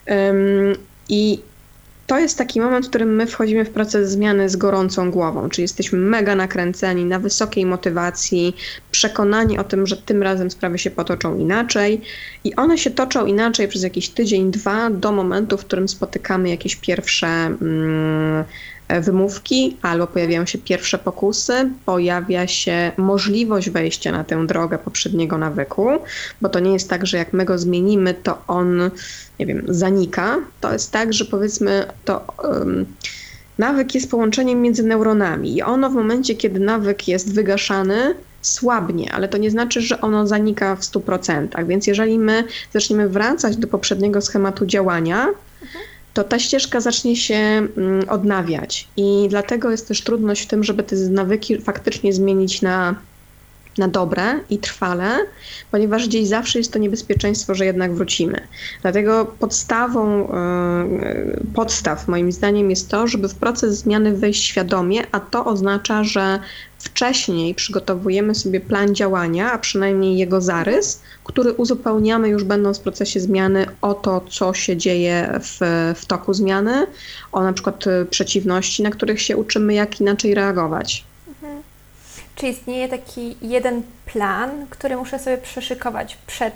I to jest taki moment, w którym my wchodzimy w proces zmiany z gorącą głową, czyli jesteśmy mega nakręceni, na wysokiej motywacji, przekonani o tym, że tym razem sprawy się potoczą inaczej i one się toczą inaczej przez jakiś tydzień, dwa do momentu, w którym spotykamy jakieś pierwsze mm, wymówki albo pojawiają się pierwsze pokusy, pojawia się możliwość wejścia na tę drogę poprzedniego nawyku, bo to nie jest tak, że jak my go zmienimy, to on, nie wiem, zanika. To jest tak, że powiedzmy to um, nawyk jest połączeniem między neuronami i ono w momencie, kiedy nawyk jest wygaszany, słabnie, ale to nie znaczy, że ono zanika w stu procentach, więc jeżeli my zaczniemy wracać do poprzedniego schematu działania, mhm. to ta ścieżka zacznie się odnawiać i dlatego jest też trudność w tym, żeby te nawyki faktycznie zmienić na, na dobre i trwale, ponieważ gdzieś zawsze jest to niebezpieczeństwo, że jednak wrócimy. Dlatego podstawą yy, podstaw moim zdaniem jest to, żeby w proces zmiany wejść świadomie, a to oznacza, że wcześniej przygotowujemy sobie plan działania, a przynajmniej jego zarys, który uzupełniamy już będąc w procesie zmiany o to, co się dzieje w, w toku zmiany, o na przykład przeciwności, na których się uczymy, jak inaczej reagować. Mhm. Czy istnieje taki jeden plan, który muszę sobie przeszykować przed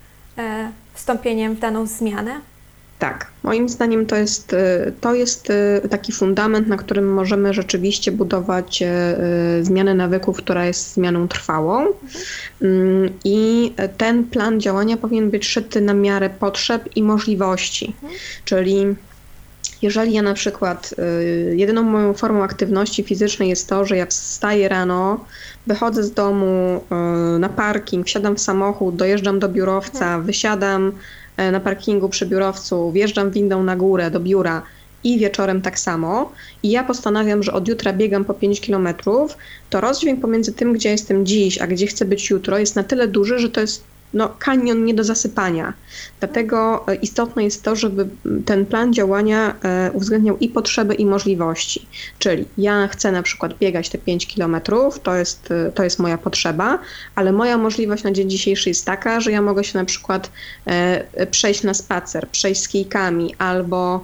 e, wstąpieniem w daną zmianę? Tak, moim zdaniem to jest, to jest taki fundament, na którym możemy rzeczywiście budować zmianę nawyków, która jest zmianą trwałą. Mhm. I ten plan działania powinien być szyty na miarę potrzeb i możliwości. Mhm. Czyli jeżeli ja na przykład jedyną moją formą aktywności fizycznej jest to, że ja wstaję rano, wychodzę z domu na parking, wsiadam w samochód, dojeżdżam do biurowca, mhm. wysiadam na parkingu przy biurowcu, wjeżdżam windą na górę do biura i wieczorem tak samo i ja postanawiam, że od jutra biegam po pięć kilometrów, to rozdźwięk pomiędzy tym, gdzie jestem dziś, a gdzie chcę być jutro jest na tyle duży, że to jest no, kanion nie do zasypania. Dlatego istotne jest to, żeby ten plan działania uwzględniał i potrzeby, i możliwości. Czyli ja chcę na przykład biegać te pięć kilometrów, to jest, to jest moja potrzeba, ale moja możliwość na dzień dzisiejszy jest taka, że ja mogę się na przykład przejść na spacer, przejść z kijkami albo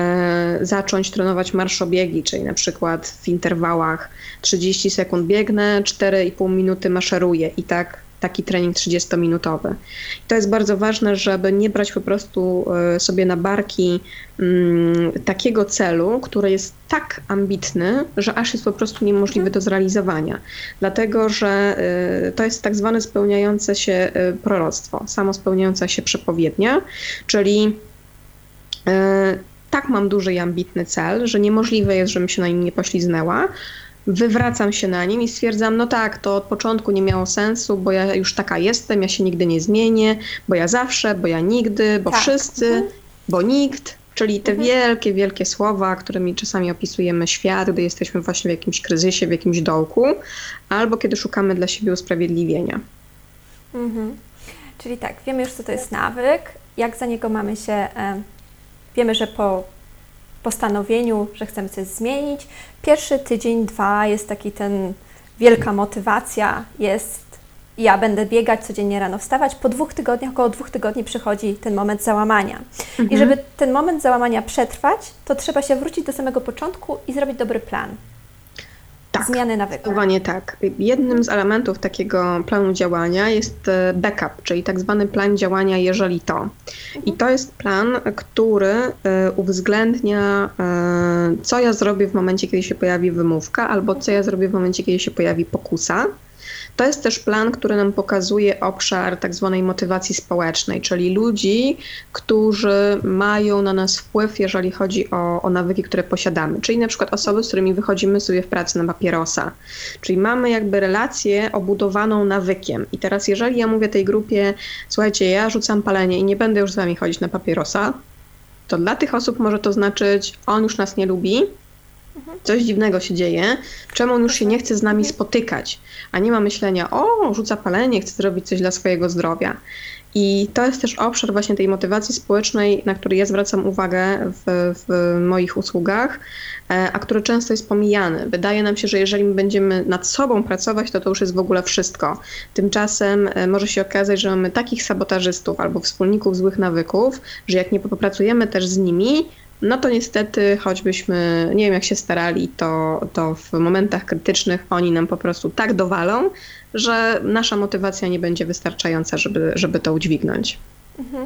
zacząć trenować marszobiegi, czyli na przykład w interwałach trzydzieści sekund biegnę, cztery i pół minuty maszeruję i tak taki trening trzydziestominutowy. To jest bardzo ważne, żeby nie brać po prostu sobie na barki um, takiego celu, który jest tak ambitny, że aż jest po prostu niemożliwy do zrealizowania. Dlatego, że y, to jest tak zwane spełniające się y, proroctwo, samo spełniająca się przepowiednia, czyli y, tak mam duży i ambitny cel, że niemożliwe jest, żebym się na nim nie pośliznęła, wywracam się na nim i stwierdzam, no tak, to od początku nie miało sensu, bo ja już taka jestem, ja się nigdy nie zmienię, bo ja zawsze, bo ja nigdy, bo tak. wszyscy, mhm. bo nikt. Czyli te mhm. wielkie, wielkie słowa, którymi czasami opisujemy świat, gdy jesteśmy właśnie w jakimś kryzysie, w jakimś dołku, albo kiedy szukamy dla siebie usprawiedliwienia. Mhm. Czyli tak, wiemy już, co to jest nawyk, jak za niego mamy się, e, wiemy, że po postanowieniu, że chcemy coś zmienić, pierwszy tydzień, dwa jest taki ten, wielka motywacja jest, ja będę biegać, codziennie rano wstawać. Po dwóch tygodniach, około dwóch tygodni przychodzi ten moment załamania. Mhm. I żeby ten moment załamania przetrwać, to trzeba się wrócić do samego początku i zrobić dobry plan. Tak, zmiany nawyków. Zdecydowanie tak. Jednym z elementów takiego planu działania jest backup, czyli tak zwany plan działania jeżeli to. Mhm. I to jest plan, który uwzględnia, co ja zrobię w momencie, kiedy się pojawi wymówka, albo co ja zrobię w momencie, kiedy się pojawi pokusa. To jest też plan, który nam pokazuje obszar tak zwanej motywacji społecznej, czyli ludzi, którzy mają na nas wpływ, jeżeli chodzi o, o nawyki, które posiadamy. Czyli na przykład osoby, z którymi wychodzimy sobie w pracy na papierosa. Czyli mamy jakby relację obudowaną nawykiem. I teraz jeżeli ja mówię tej grupie, słuchajcie, ja rzucam palenie i nie będę już z wami chodzić na papierosa, to dla tych osób może to znaczyć, on już nas nie lubi, coś dziwnego się dzieje, czemu on już się nie chce z nami spotykać, a nie ma myślenia, o, rzuca palenie, chce zrobić coś dla swojego zdrowia. I to jest też obszar właśnie tej motywacji społecznej, na który ja zwracam uwagę w, w moich usługach, a który często jest pomijany. Wydaje nam się, że jeżeli my będziemy nad sobą pracować, to to już jest w ogóle wszystko. Tymczasem może się okazać, że mamy takich sabotażystów albo wspólników złych nawyków, że jak nie popracujemy też z nimi, no to niestety, choćbyśmy nie wiem jak się starali, to, to w momentach krytycznych oni nam po prostu tak dowalą, że nasza motywacja nie będzie wystarczająca, żeby, żeby to udźwignąć. Mhm.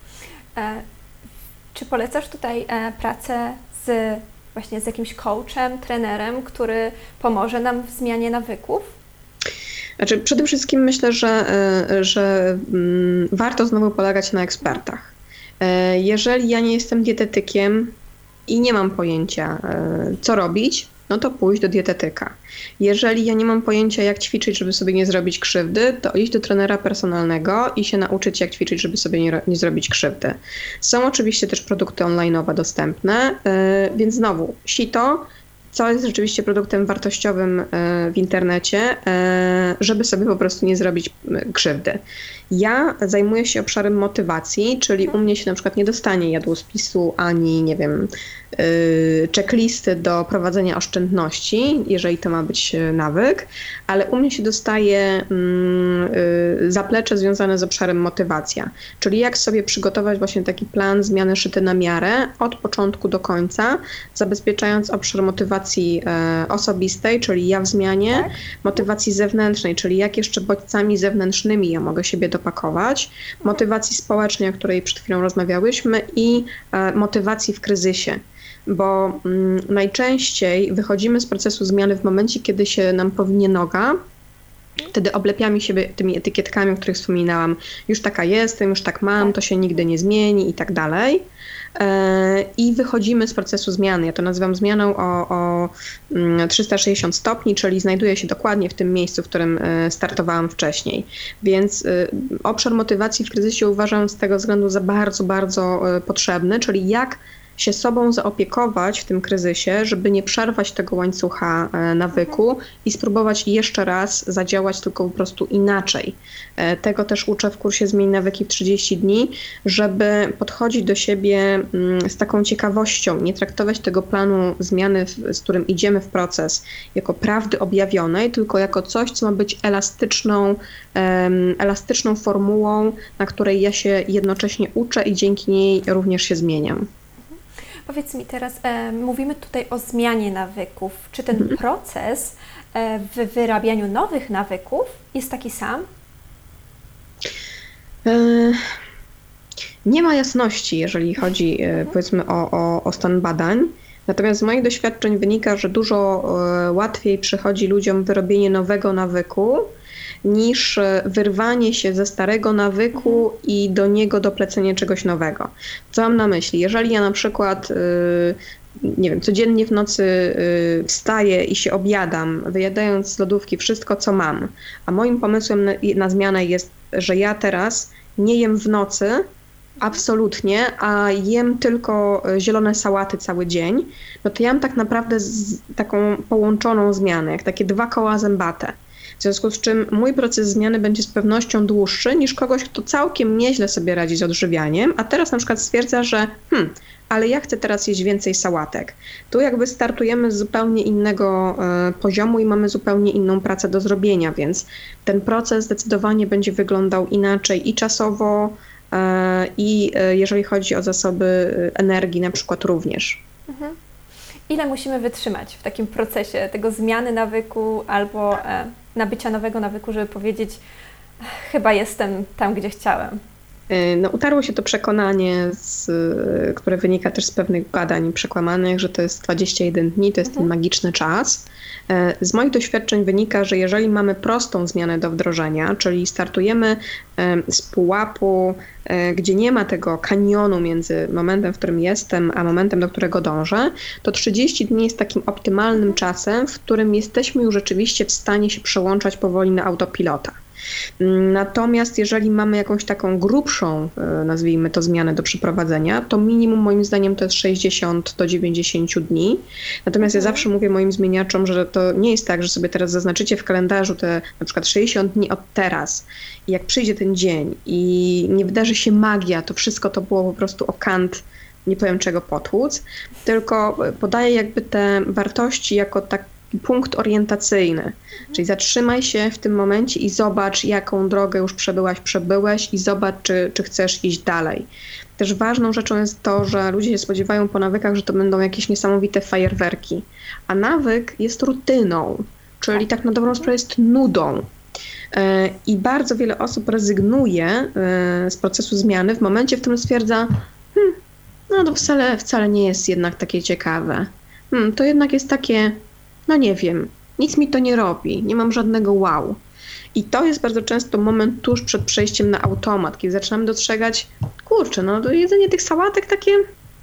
E, czy polecasz tutaj e, pracę z, właśnie z jakimś coachem, trenerem, który pomoże nam w zmianie nawyków? Znaczy, przede wszystkim myślę, że, że mm, warto znowu polegać na ekspertach. Jeżeli ja nie jestem dietetykiem i nie mam pojęcia, co robić, no to pójść do dietetyka. Jeżeli ja nie mam pojęcia, jak ćwiczyć, żeby sobie nie zrobić krzywdy, to iść do trenera personalnego i się nauczyć, jak ćwiczyć, żeby sobie nie, nie zrobić krzywdy. Są oczywiście też produkty online'owe dostępne, więc znowu, sito, co jest rzeczywiście produktem wartościowym w internecie, żeby sobie po prostu nie zrobić krzywdy. Ja zajmuję się obszarem motywacji, czyli u mnie się na przykład nie dostanie jadłospisu ani, nie wiem, checklisty do prowadzenia oszczędności, jeżeli to ma być nawyk, ale u mnie się dostaje zaplecze związane z obszarem motywacja, czyli jak sobie przygotować właśnie taki plan zmiany szyty na miarę od początku do końca, zabezpieczając obszar motywacji osobistej, czyli ja w zmianie, tak. motywacji zewnętrznej, czyli jak jeszcze bodźcami zewnętrznymi ja mogę siebie dopakować, motywacji społecznej, o której przed chwilą rozmawiałyśmy i motywacji w kryzysie. Bo mm, najczęściej wychodzimy z procesu zmiany w momencie, kiedy się nam powinie noga. Wtedy oblepiamy siebie tymi etykietkami, o których wspominałam. Już taka jestem, już tak mam, to się nigdy nie zmieni i tak dalej. I wychodzimy z procesu zmiany. Ja to nazywam zmianą o, o trzysta sześćdziesiąt stopni, czyli znajduję się dokładnie w tym miejscu, w którym startowałam wcześniej. Więc obszar motywacji w kryzysie uważam z tego względu za bardzo, bardzo potrzebny, czyli jak się sobą zaopiekować w tym kryzysie, żeby nie przerwać tego łańcucha nawyku i spróbować jeszcze raz zadziałać tylko po prostu inaczej. Tego też uczę w kursie Zmień nawyki w trzydzieści dni, żeby podchodzić do siebie z taką ciekawością, nie traktować tego planu zmiany, z którym idziemy w proces, jako prawdy objawionej, tylko jako coś, co ma być elastyczną, elastyczną formułą, na której ja się jednocześnie uczę i dzięki niej również się zmieniam. Powiedz mi teraz, e, mówimy tutaj o zmianie nawyków. Czy ten mhm. proces e, w wyrabianiu nowych nawyków jest taki sam? E, nie ma jasności, jeżeli chodzi mhm. e, powiedzmy o, o, o stan badań. Natomiast z moich doświadczeń wynika, że dużo e, łatwiej przychodzi ludziom wyrobienie nowego nawyku, niż wyrwanie się ze starego nawyku i do niego doplecenie czegoś nowego. Co mam na myśli? Jeżeli ja na przykład y, nie wiem, codziennie w nocy y, wstaję i się objadam, wyjadając z lodówki wszystko, co mam. A moim pomysłem na, na zmianę jest, że ja teraz nie jem w nocy, absolutnie, a jem tylko zielone sałaty cały dzień, no to ja mam tak naprawdę z, taką połączoną zmianę, jak takie dwa koła zębate. W związku z czym mój proces zmiany będzie z pewnością dłuższy niż kogoś, kto całkiem nieźle sobie radzi z odżywianiem, a teraz na przykład stwierdza, że hmm, ale ja chcę teraz jeść więcej sałatek. Tu jakby startujemy z zupełnie innego y, poziomu i mamy zupełnie inną pracę do zrobienia, więc ten proces zdecydowanie będzie wyglądał inaczej i czasowo, y, i y, jeżeli chodzi o zasoby energii na przykład również. Mhm. Ile musimy wytrzymać w takim procesie tego zmiany nawyku albo e, nabycia nowego nawyku, żeby powiedzieć, chyba jestem tam, gdzie chciałem? No, utarło się to przekonanie, z, które wynika też z pewnych badań przekłamanych, że to jest dwadzieścia jeden dni, to jest mhm. ten magiczny czas. Z moich doświadczeń wynika, że jeżeli mamy prostą zmianę do wdrożenia, czyli startujemy z pułapu, gdzie nie ma tego kanionu między momentem, w którym jestem, a momentem, do którego dążę, to trzydzieści dni jest takim optymalnym czasem, w którym jesteśmy już rzeczywiście w stanie się przełączać powoli na autopilota. Natomiast jeżeli mamy jakąś taką grubszą, nazwijmy to, zmianę do przeprowadzenia, to minimum moim zdaniem to jest sześćdziesiąt do dziewięćdziesięciu dni. Natomiast ja zawsze mówię moim zmieniaczom, że to nie jest tak, że sobie teraz zaznaczycie w kalendarzu te na przykład sześćdziesiąt dni od teraz i jak przyjdzie ten dzień i nie wydarzy się magia, to wszystko to było po prostu o kant, nie powiem czego potłuc, tylko podaję jakby te wartości jako tak punkt orientacyjny, czyli zatrzymaj się w tym momencie i zobacz, jaką drogę już przebyłaś, przebyłeś i zobacz, czy, czy chcesz iść dalej. Też ważną rzeczą jest to, że ludzie się spodziewają po nawykach, że to będą jakieś niesamowite fajerwerki, a nawyk jest rutyną, czyli tak na dobrą sprawę jest nudą. I bardzo wiele osób rezygnuje z procesu zmiany w momencie, w którym stwierdza, hmm, no to wcale, wcale nie jest jednak takie ciekawe. Hmm, to jednak jest takie, no nie wiem, nic mi to nie robi, nie mam żadnego wow. I to jest bardzo często moment tuż przed przejściem na automat, kiedy zaczynamy dostrzegać, kurczę, no to jedzenie tych sałatek takie,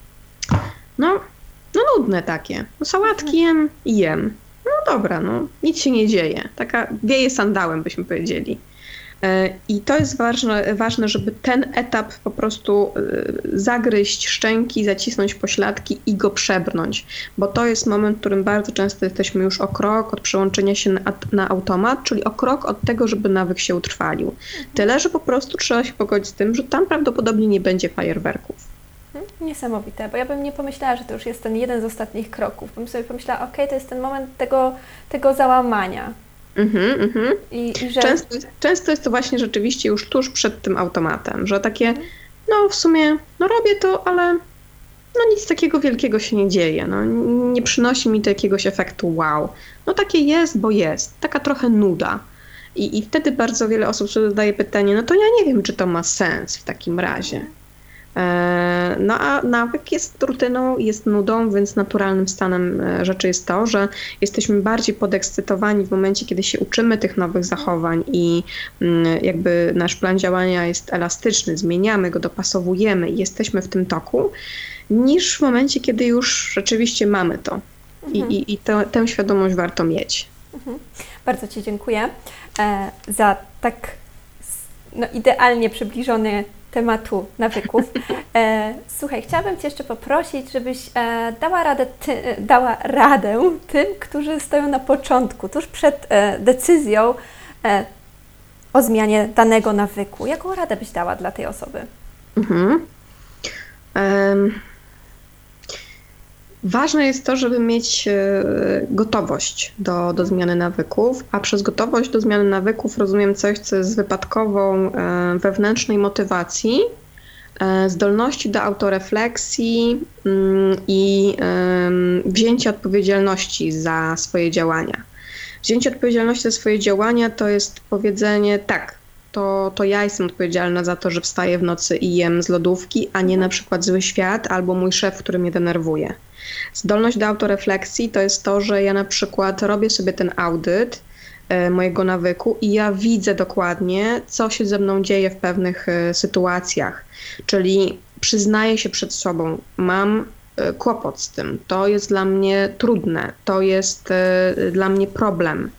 no, no nudne takie. No sałatki jem i jem. No dobra, no nic się nie dzieje. Taka wieje sandałem, byśmy powiedzieli. I to jest ważne, ważne, żeby ten etap po prostu zagryźć szczęki, zacisnąć pośladki i go przebrnąć, bo to jest moment, w którym bardzo często jesteśmy już o krok od przełączenia się na, na automat, czyli o krok od tego, żeby nawyk się utrwalił. Tyle, że po prostu trzeba się pogodzić z tym, że tam prawdopodobnie nie będzie fajerwerków. Niesamowite, bo ja bym nie pomyślała, że to już jest ten jeden z ostatnich kroków. Bym sobie pomyślała, okej, okay, to jest ten moment tego, tego załamania. Mhm, mhm. I, i że... często, często jest to właśnie rzeczywiście już tuż przed tym automatem, że takie, no w sumie, no robię to, ale no nic takiego wielkiego się nie dzieje, no nie przynosi mi to jakiegoś efektu wow. No takie jest, bo jest, taka trochę nuda. I, i wtedy bardzo wiele osób sobie zadaje pytanie, no to ja nie wiem, czy to ma sens w takim razie. No a nawyk jest rutyną, jest nudą, więc naturalnym stanem rzeczy jest to, że jesteśmy bardziej podekscytowani w momencie, kiedy się uczymy tych nowych zachowań i jakby nasz plan działania jest elastyczny, zmieniamy go, dopasowujemy i jesteśmy w tym toku, niż w momencie, kiedy już rzeczywiście mamy to. Mhm. I, i, i to, tę świadomość warto mieć. Mhm. Bardzo Ci dziękuję e, za tak no, idealnie przybliżony tematu nawyków. E, słuchaj, chciałabym Cię jeszcze poprosić, żebyś e, dała, radę ty, dała radę tym, którzy stoją na początku, tuż przed e, decyzją e, o zmianie danego nawyku. Jaką radę byś dała dla tej osoby? Mhm. Um, ważne jest to, żeby mieć gotowość do, do zmiany nawyków, a przez gotowość do zmiany nawyków rozumiem coś, co jest wypadkową wewnętrznej motywacji, zdolności do autorefleksji i wzięcia odpowiedzialności za swoje działania. Wzięcie odpowiedzialności za swoje działania to jest powiedzenie tak, To, to ja jestem odpowiedzialna za to, że wstaję w nocy i jem z lodówki, a nie na przykład zły świat albo mój szef, który mnie denerwuje. Zdolność do autorefleksji to jest to, że ja na przykład robię sobie ten audyt e, mojego nawyku i ja widzę dokładnie, co się ze mną dzieje w pewnych e, sytuacjach. Czyli przyznaję się przed sobą, mam kłopot z tym, to jest dla mnie trudne, to jest dla mnie problem.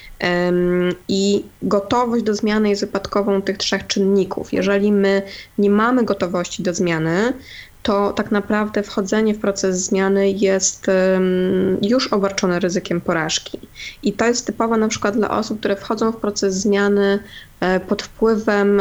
I gotowość do zmiany jest wypadkową tych trzech czynników. Jeżeli my nie mamy gotowości do zmiany, to tak naprawdę wchodzenie w proces zmiany jest już obarczone ryzykiem porażki. I to jest typowe na przykład dla osób, które wchodzą w proces zmiany pod wpływem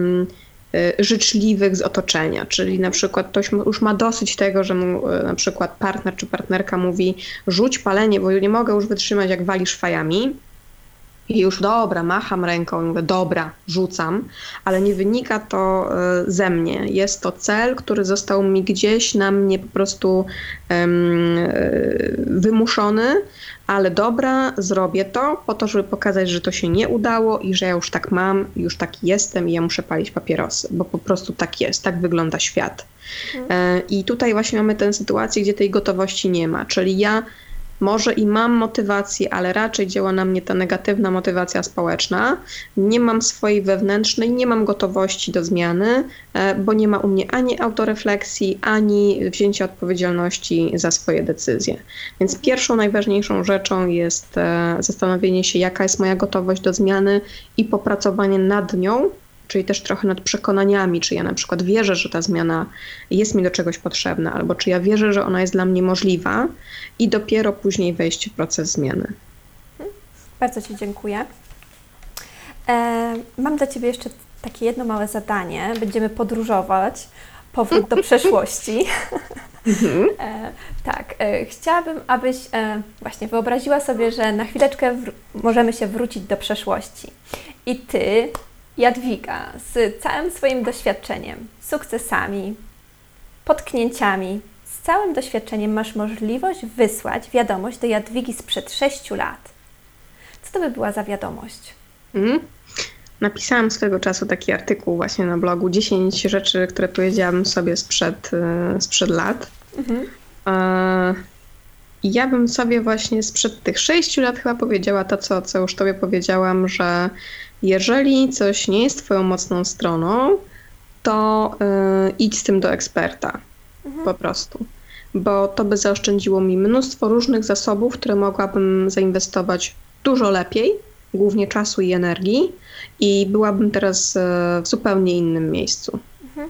życzliwych z otoczenia, czyli na przykład ktoś już ma dosyć tego, że mu na przykład partner czy partnerka mówi: rzuć palenie, bo nie mogę już wytrzymać, jak walisz fajami. I już dobra, macham ręką, mówię dobra, rzucam, ale nie wynika to ze mnie. Jest to cel, który został mi gdzieś na mnie po prostu um, wymuszony, ale dobra, zrobię to po to, żeby pokazać, że to się nie udało i że ja już tak mam, już taki jestem i ja muszę palić papierosy, bo po prostu tak jest, tak wygląda świat. Mhm. I tutaj właśnie mamy tę sytuację, gdzie tej gotowości nie ma, czyli ja może i mam motywację, ale raczej działa na mnie ta negatywna motywacja społeczna. Nie mam swojej wewnętrznej, nie mam gotowości do zmiany, bo nie ma u mnie ani autorefleksji, ani wzięcia odpowiedzialności za swoje decyzje. Więc pierwszą, najważniejszą rzeczą jest zastanowienie się, jaka jest moja gotowość do zmiany i popracowanie nad nią, czyli też trochę nad przekonaniami, czy ja na przykład wierzę, że ta zmiana jest mi do czegoś potrzebna, albo czy ja wierzę, że ona jest dla mnie możliwa i dopiero później wejść w proces zmiany. Bardzo Ci dziękuję. E, mam dla Ciebie jeszcze takie jedno małe zadanie. Będziemy podróżować, powrót do przeszłości. e, tak, e, chciałabym, abyś e, właśnie wyobraziła sobie, że na chwileczkę wr- możemy się wrócić do przeszłości. I Ty, Jadwiga, z całym swoim doświadczeniem, sukcesami, potknięciami, z całym doświadczeniem masz możliwość wysłać wiadomość do Jadwigi sprzed sześciu lat. Co to by była za wiadomość? Mm. Napisałam swego czasu taki artykuł właśnie na blogu, dziesięć rzeczy, które powiedziałabym sobie sprzed, sprzed lat. Mhm. I ja bym sobie właśnie sprzed tych sześciu lat chyba powiedziała to, co, co już Tobie powiedziałam, że jeżeli coś nie jest Twoją mocną stroną, to yy, idź z tym do eksperta. Mhm. Po prostu. Bo to by zaoszczędziło mi mnóstwo różnych zasobów, które mogłabym zainwestować dużo lepiej, głównie czasu i energii, i byłabym teraz yy, w zupełnie innym miejscu. Mhm.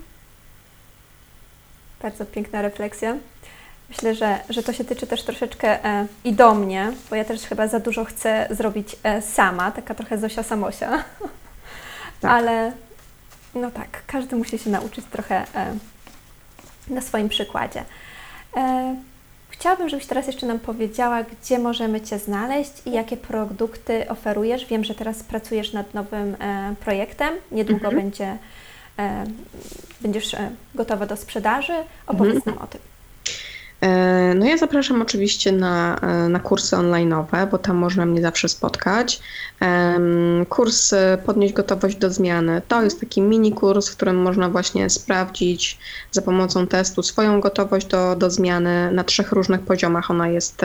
Bardzo piękna refleksja. Myślę, że, że to się tyczy też troszeczkę e, i do mnie, bo ja też chyba za dużo chcę zrobić e, sama, taka trochę Zosia Samosia. Tak. Ale no tak, każdy musi się nauczyć trochę e, na swoim przykładzie. E, chciałabym, żebyś teraz jeszcze nam powiedziała, gdzie możemy Cię znaleźć i jakie produkty oferujesz. Wiem, że teraz pracujesz nad nowym e, projektem, niedługo mhm. będzie, e, będziesz e, gotowa do sprzedaży. Opowiedz mhm. nam o tym. No ja zapraszam oczywiście na, na kursy online'owe, bo tam można mnie zawsze spotkać. Kurs Podnieść gotowość do zmiany to jest taki mini kurs, w którym można właśnie sprawdzić za pomocą testu swoją gotowość do, do zmiany. Na trzech różnych poziomach ona jest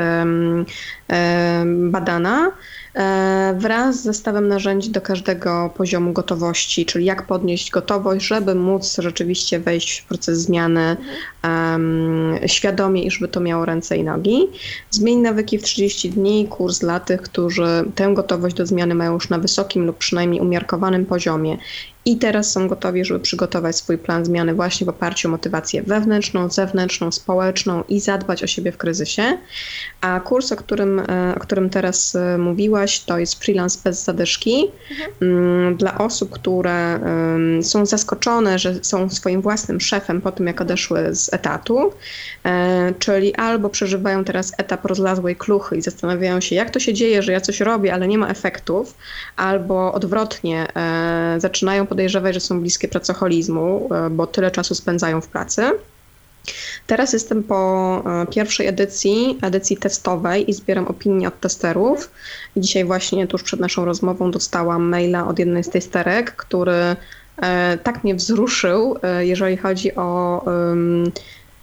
badana. Wraz z zestawem narzędzi do każdego poziomu gotowości, czyli jak podnieść gotowość, żeby móc rzeczywiście wejść w proces zmiany um, świadomie i żeby to miało ręce i nogi. Zmień nawyki w trzydzieści dni, kurs dla tych, którzy tę gotowość do zmiany mają już na wysokim lub przynajmniej umiarkowanym poziomie i teraz są gotowi, żeby przygotować swój plan zmiany właśnie w oparciu o motywację wewnętrzną, zewnętrzną, społeczną i zadbać o siebie w kryzysie. A kurs, o którym, o którym teraz mówiłaś, to jest freelance bez zadyszki. Mhm. Dla osób, które są zaskoczone, że są swoim własnym szefem po tym, jak odeszły z etatu, czyli albo przeżywają teraz etap rozlazłej kluchy i zastanawiają się, jak to się dzieje, że ja coś robię, ale nie ma efektów, albo odwrotnie, zaczynają podejrzewać, że są bliskie pracoholizmu, bo tyle czasu spędzają w pracy. Teraz jestem po pierwszej edycji, edycji testowej i zbieram opinie od testerów. Dzisiaj właśnie tuż przed naszą rozmową dostałam maila od jednej z testerek, który tak mnie wzruszył, jeżeli chodzi o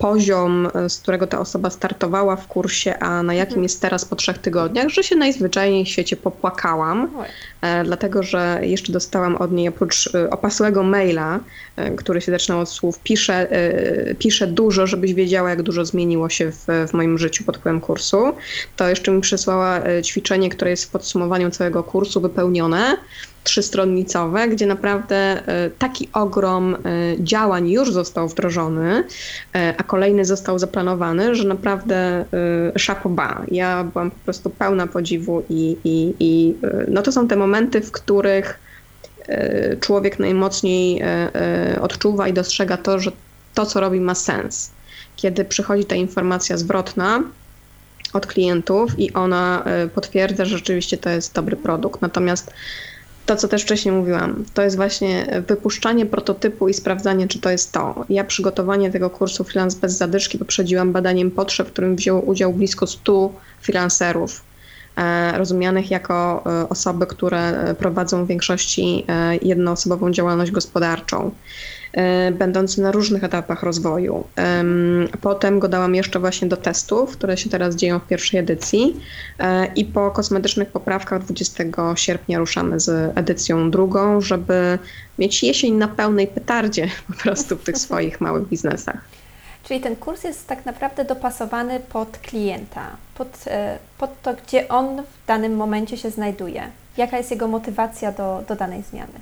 poziom, z którego ta osoba startowała w kursie, a na jakim jest teraz po trzech tygodniach, że się najzwyczajniej w świecie popłakałam, e, dlatego że jeszcze dostałam od niej oprócz e, opasłego maila, e, który się zaczynał od słów piszę, e, piszę dużo, żebyś wiedziała, jak dużo zmieniło się w, w moim życiu pod wpływem kursu, to jeszcze mi przysłała e, ćwiczenie, które jest w podsumowaniu całego kursu wypełnione, trzystronnicowe, gdzie naprawdę taki ogrom działań już został wdrożony, a kolejny został zaplanowany, że naprawdę chapeau bas. Ja byłam po prostu pełna podziwu i, i, i no to są te momenty, w których człowiek najmocniej odczuwa i dostrzega to, że to, co robi, ma sens. Kiedy przychodzi ta informacja zwrotna od klientów i ona potwierdza, że rzeczywiście to jest dobry produkt. Natomiast to, co też wcześniej mówiłam, to jest właśnie wypuszczanie prototypu i sprawdzanie, czy to jest to. Ja przygotowanie tego kursu Freelance bez zadyszki poprzedziłam badaniem potrzeb, w którym wzięło udział blisko stu freelancerów, e, rozumianych jako e, osoby, które prowadzą w większości e, jednoosobową działalność gospodarczą, e, będący na różnych etapach rozwoju. E, potem go dałam jeszcze właśnie do testów, które się teraz dzieją w pierwszej edycji e, i po kosmetycznych poprawkach dwudziestego sierpnia ruszamy z edycją drugą, żeby mieć jesień na pełnej petardzie po prostu w tych swoich małych biznesach. Czyli ten kurs jest tak naprawdę dopasowany pod klienta, pod, pod to, gdzie on w danym momencie się znajduje. Jaka jest jego motywacja do, do danej zmiany?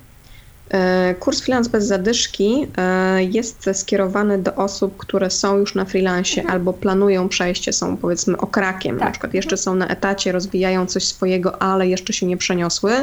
Kurs Freelance bez zadyszki jest skierowany do osób, które są już na freelancie mhm. albo planują przejście, są powiedzmy okrakiem, tak. na przykład jeszcze są na etacie, rozwijają coś swojego, ale jeszcze się nie przeniosły,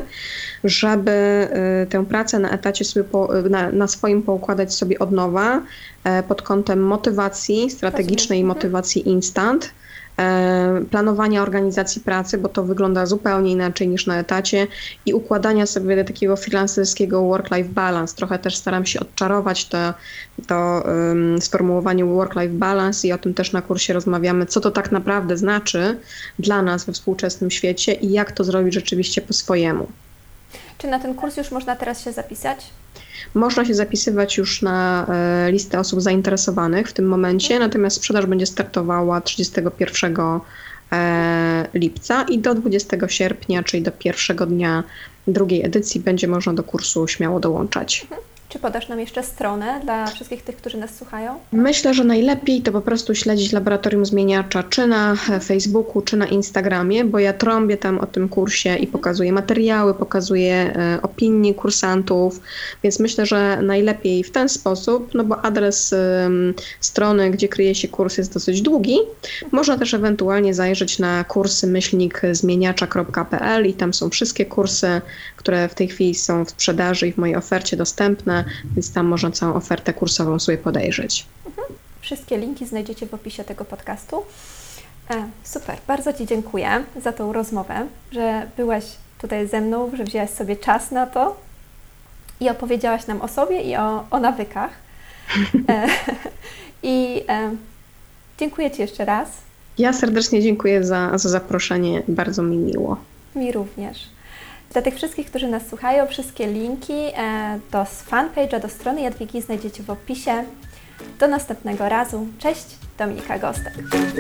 żeby tę pracę na etacie sobie po, na, na swoim poukładać sobie od nowa pod kątem motywacji strategicznej i motywacji instant, planowania organizacji pracy, bo to wygląda zupełnie inaczej niż na etacie i układania sobie do takiego freelancerskiego work-life balance. Trochę też staram się odczarować to, to um, sformułowanie work-life balance i o tym też na kursie rozmawiamy, co to tak naprawdę znaczy dla nas we współczesnym świecie i jak to zrobić rzeczywiście po swojemu. Czy na ten kurs już można teraz się zapisać? Można się zapisywać już na e, listę osób zainteresowanych w tym momencie, natomiast sprzedaż będzie startowała trzydziestego pierwszego e, lipca i do dwudziestego sierpnia, czyli do pierwszego dnia drugiej edycji będzie można do kursu śmiało dołączać. Czy podasz nam jeszcze stronę dla wszystkich tych, którzy nas słuchają? Myślę, że najlepiej to po prostu śledzić Laboratorium Zmieniacza czy na Facebooku, czy na Instagramie, bo ja trąbię tam o tym kursie i pokazuję materiały, pokazuję e, opinie kursantów, więc myślę, że najlepiej w ten sposób, no bo adres e, strony, gdzie kryje się kurs, jest dosyć długi. Można też ewentualnie zajrzeć na kursy myślnik zmieniacza kropka p l i tam są wszystkie kursy, które w tej chwili są w sprzedaży i w mojej ofercie dostępne, więc tam można całą ofertę kursową sobie podejrzeć. Mhm. Wszystkie linki znajdziecie w opisie tego podcastu. E, super, bardzo Ci dziękuję za tą rozmowę, że byłaś tutaj ze mną, że wzięłaś sobie czas na to i opowiedziałaś nam o sobie i o, o nawykach. E, I e, dziękuję Ci jeszcze raz. Ja serdecznie dziękuję za, za zaproszenie, bardzo mi miło. Mi również. Dla tych wszystkich, którzy nas słuchają, wszystkie linki do fanpage'a, do strony Jadwigi znajdziecie w opisie. Do następnego razu. Cześć, Dominika Gostek.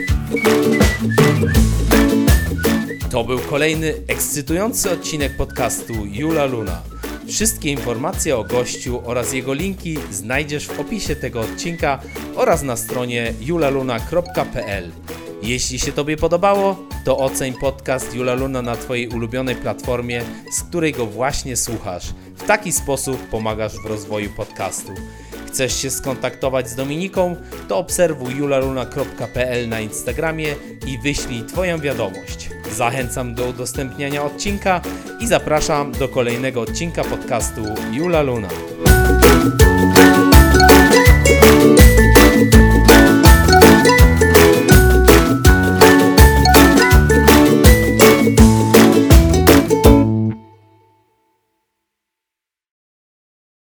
To był kolejny ekscytujący odcinek podcastu Jula Luna. Wszystkie informacje o gościu oraz jego linki znajdziesz w opisie tego odcinka oraz na stronie julaluna kropka p l. Jeśli się Tobie podobało, to oceń podcast Jula Luna na Twojej ulubionej platformie, z której go właśnie słuchasz. W taki sposób pomagasz w rozwoju podcastu. Chcesz się skontaktować z Dominiką? To obserwuj julaluna kropka p l na Instagramie i wyślij Twoją wiadomość. Zachęcam do udostępniania odcinka i zapraszam do kolejnego odcinka podcastu Jula Luna.